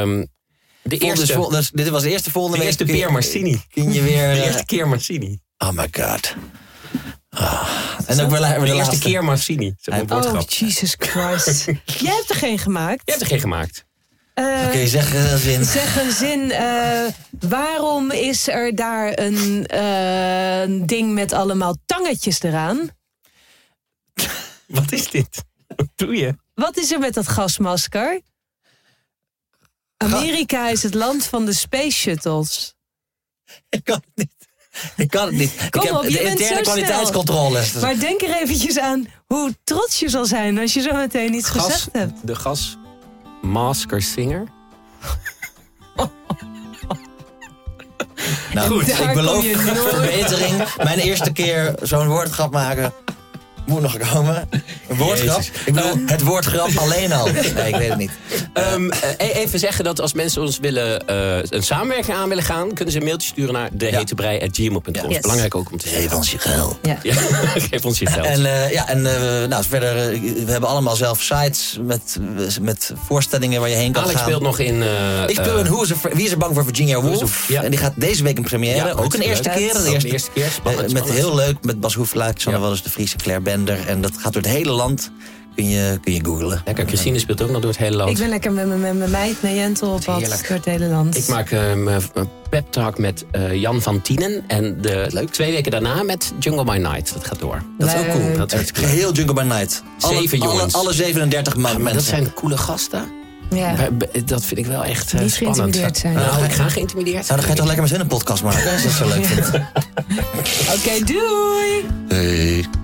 Dit was de eerste volgende de week. eerste Pier Marcini. Kun je weer... De eerste keer Marcini. Oh my god. En ook weer de De eerste laatste keer Marcini. Zeg maar, Oh, woordgrap. Jesus Christ. Jij hebt er geen gemaakt. Je hebt er geen gemaakt. Oké, zeg een zin. Zeg een zin. Waarom is er daar een ding met allemaal tangetjes eraan? Wat is dit? Wat doe je? Wat is er met dat gasmasker? Amerika is het land van de space shuttles. Ik kan het niet. Ik heb Kom op, je de bent interne zo kwaliteitscontrole. Maar denk er eventjes aan hoe trots je zal zijn als je zo meteen iets gezegd hebt. De gasmasker singer. Nou, Goed, ik daar beloof kom je nooit. verbetering. Mijn eerste keer zo'n woordgrap maken moet nog komen. Een woordgrap? Jezus. Ik bedoel, het woordgrap alleen al. Nee, ik weet het niet. Even zeggen dat als mensen ons willen een samenwerking aan willen gaan, kunnen ze een mailtje sturen naar dehetebrei@gmail.com. Ja. Yes. Belangrijk ook om te zeggen. Geef ons je geld. Ja. Ja, geef ons je geld. Nou, verder, we hebben allemaal zelf sites met voorstellingen waar je heen kan Alex gaan. speelt nog in... Ik speel in Wie is er bang voor Virginia Woolf? Ja. En die gaat deze week in première. Ja, ook een hartstikke eerste leuk. keer. Ook de eerste keer. Spannend, Met spannend. heel leuk, met Bas Hoeflaak, Xander Wallis de Vries en Claire Bender. En dat gaat door het hele land. Kun je googlen. Lekker, Christine speelt ook nog door het hele land. Ik ben lekker met mijn meid, met Jentel op pad Heerlijk. door het hele land. Ik maak een pep talk met Jan van Tienen. En 2 weken daarna met Jungle by Night. Dat gaat door. Dat is ook cool. Leuk. Dat is hartstikke leuk. Geheel Jungle by Night. 7 jongens. Alle 37 man. Maar dat mensen. zijn coole gasten. Ja. Dat vind ik wel echt Niet spannend. geïntimideerd zijn. Nou, ik ga geïntimideerd Nou, zijn. dan ga je toch lekker met z'n een podcast maken als je dat zo leuk vindt. Oké, doei! Hey.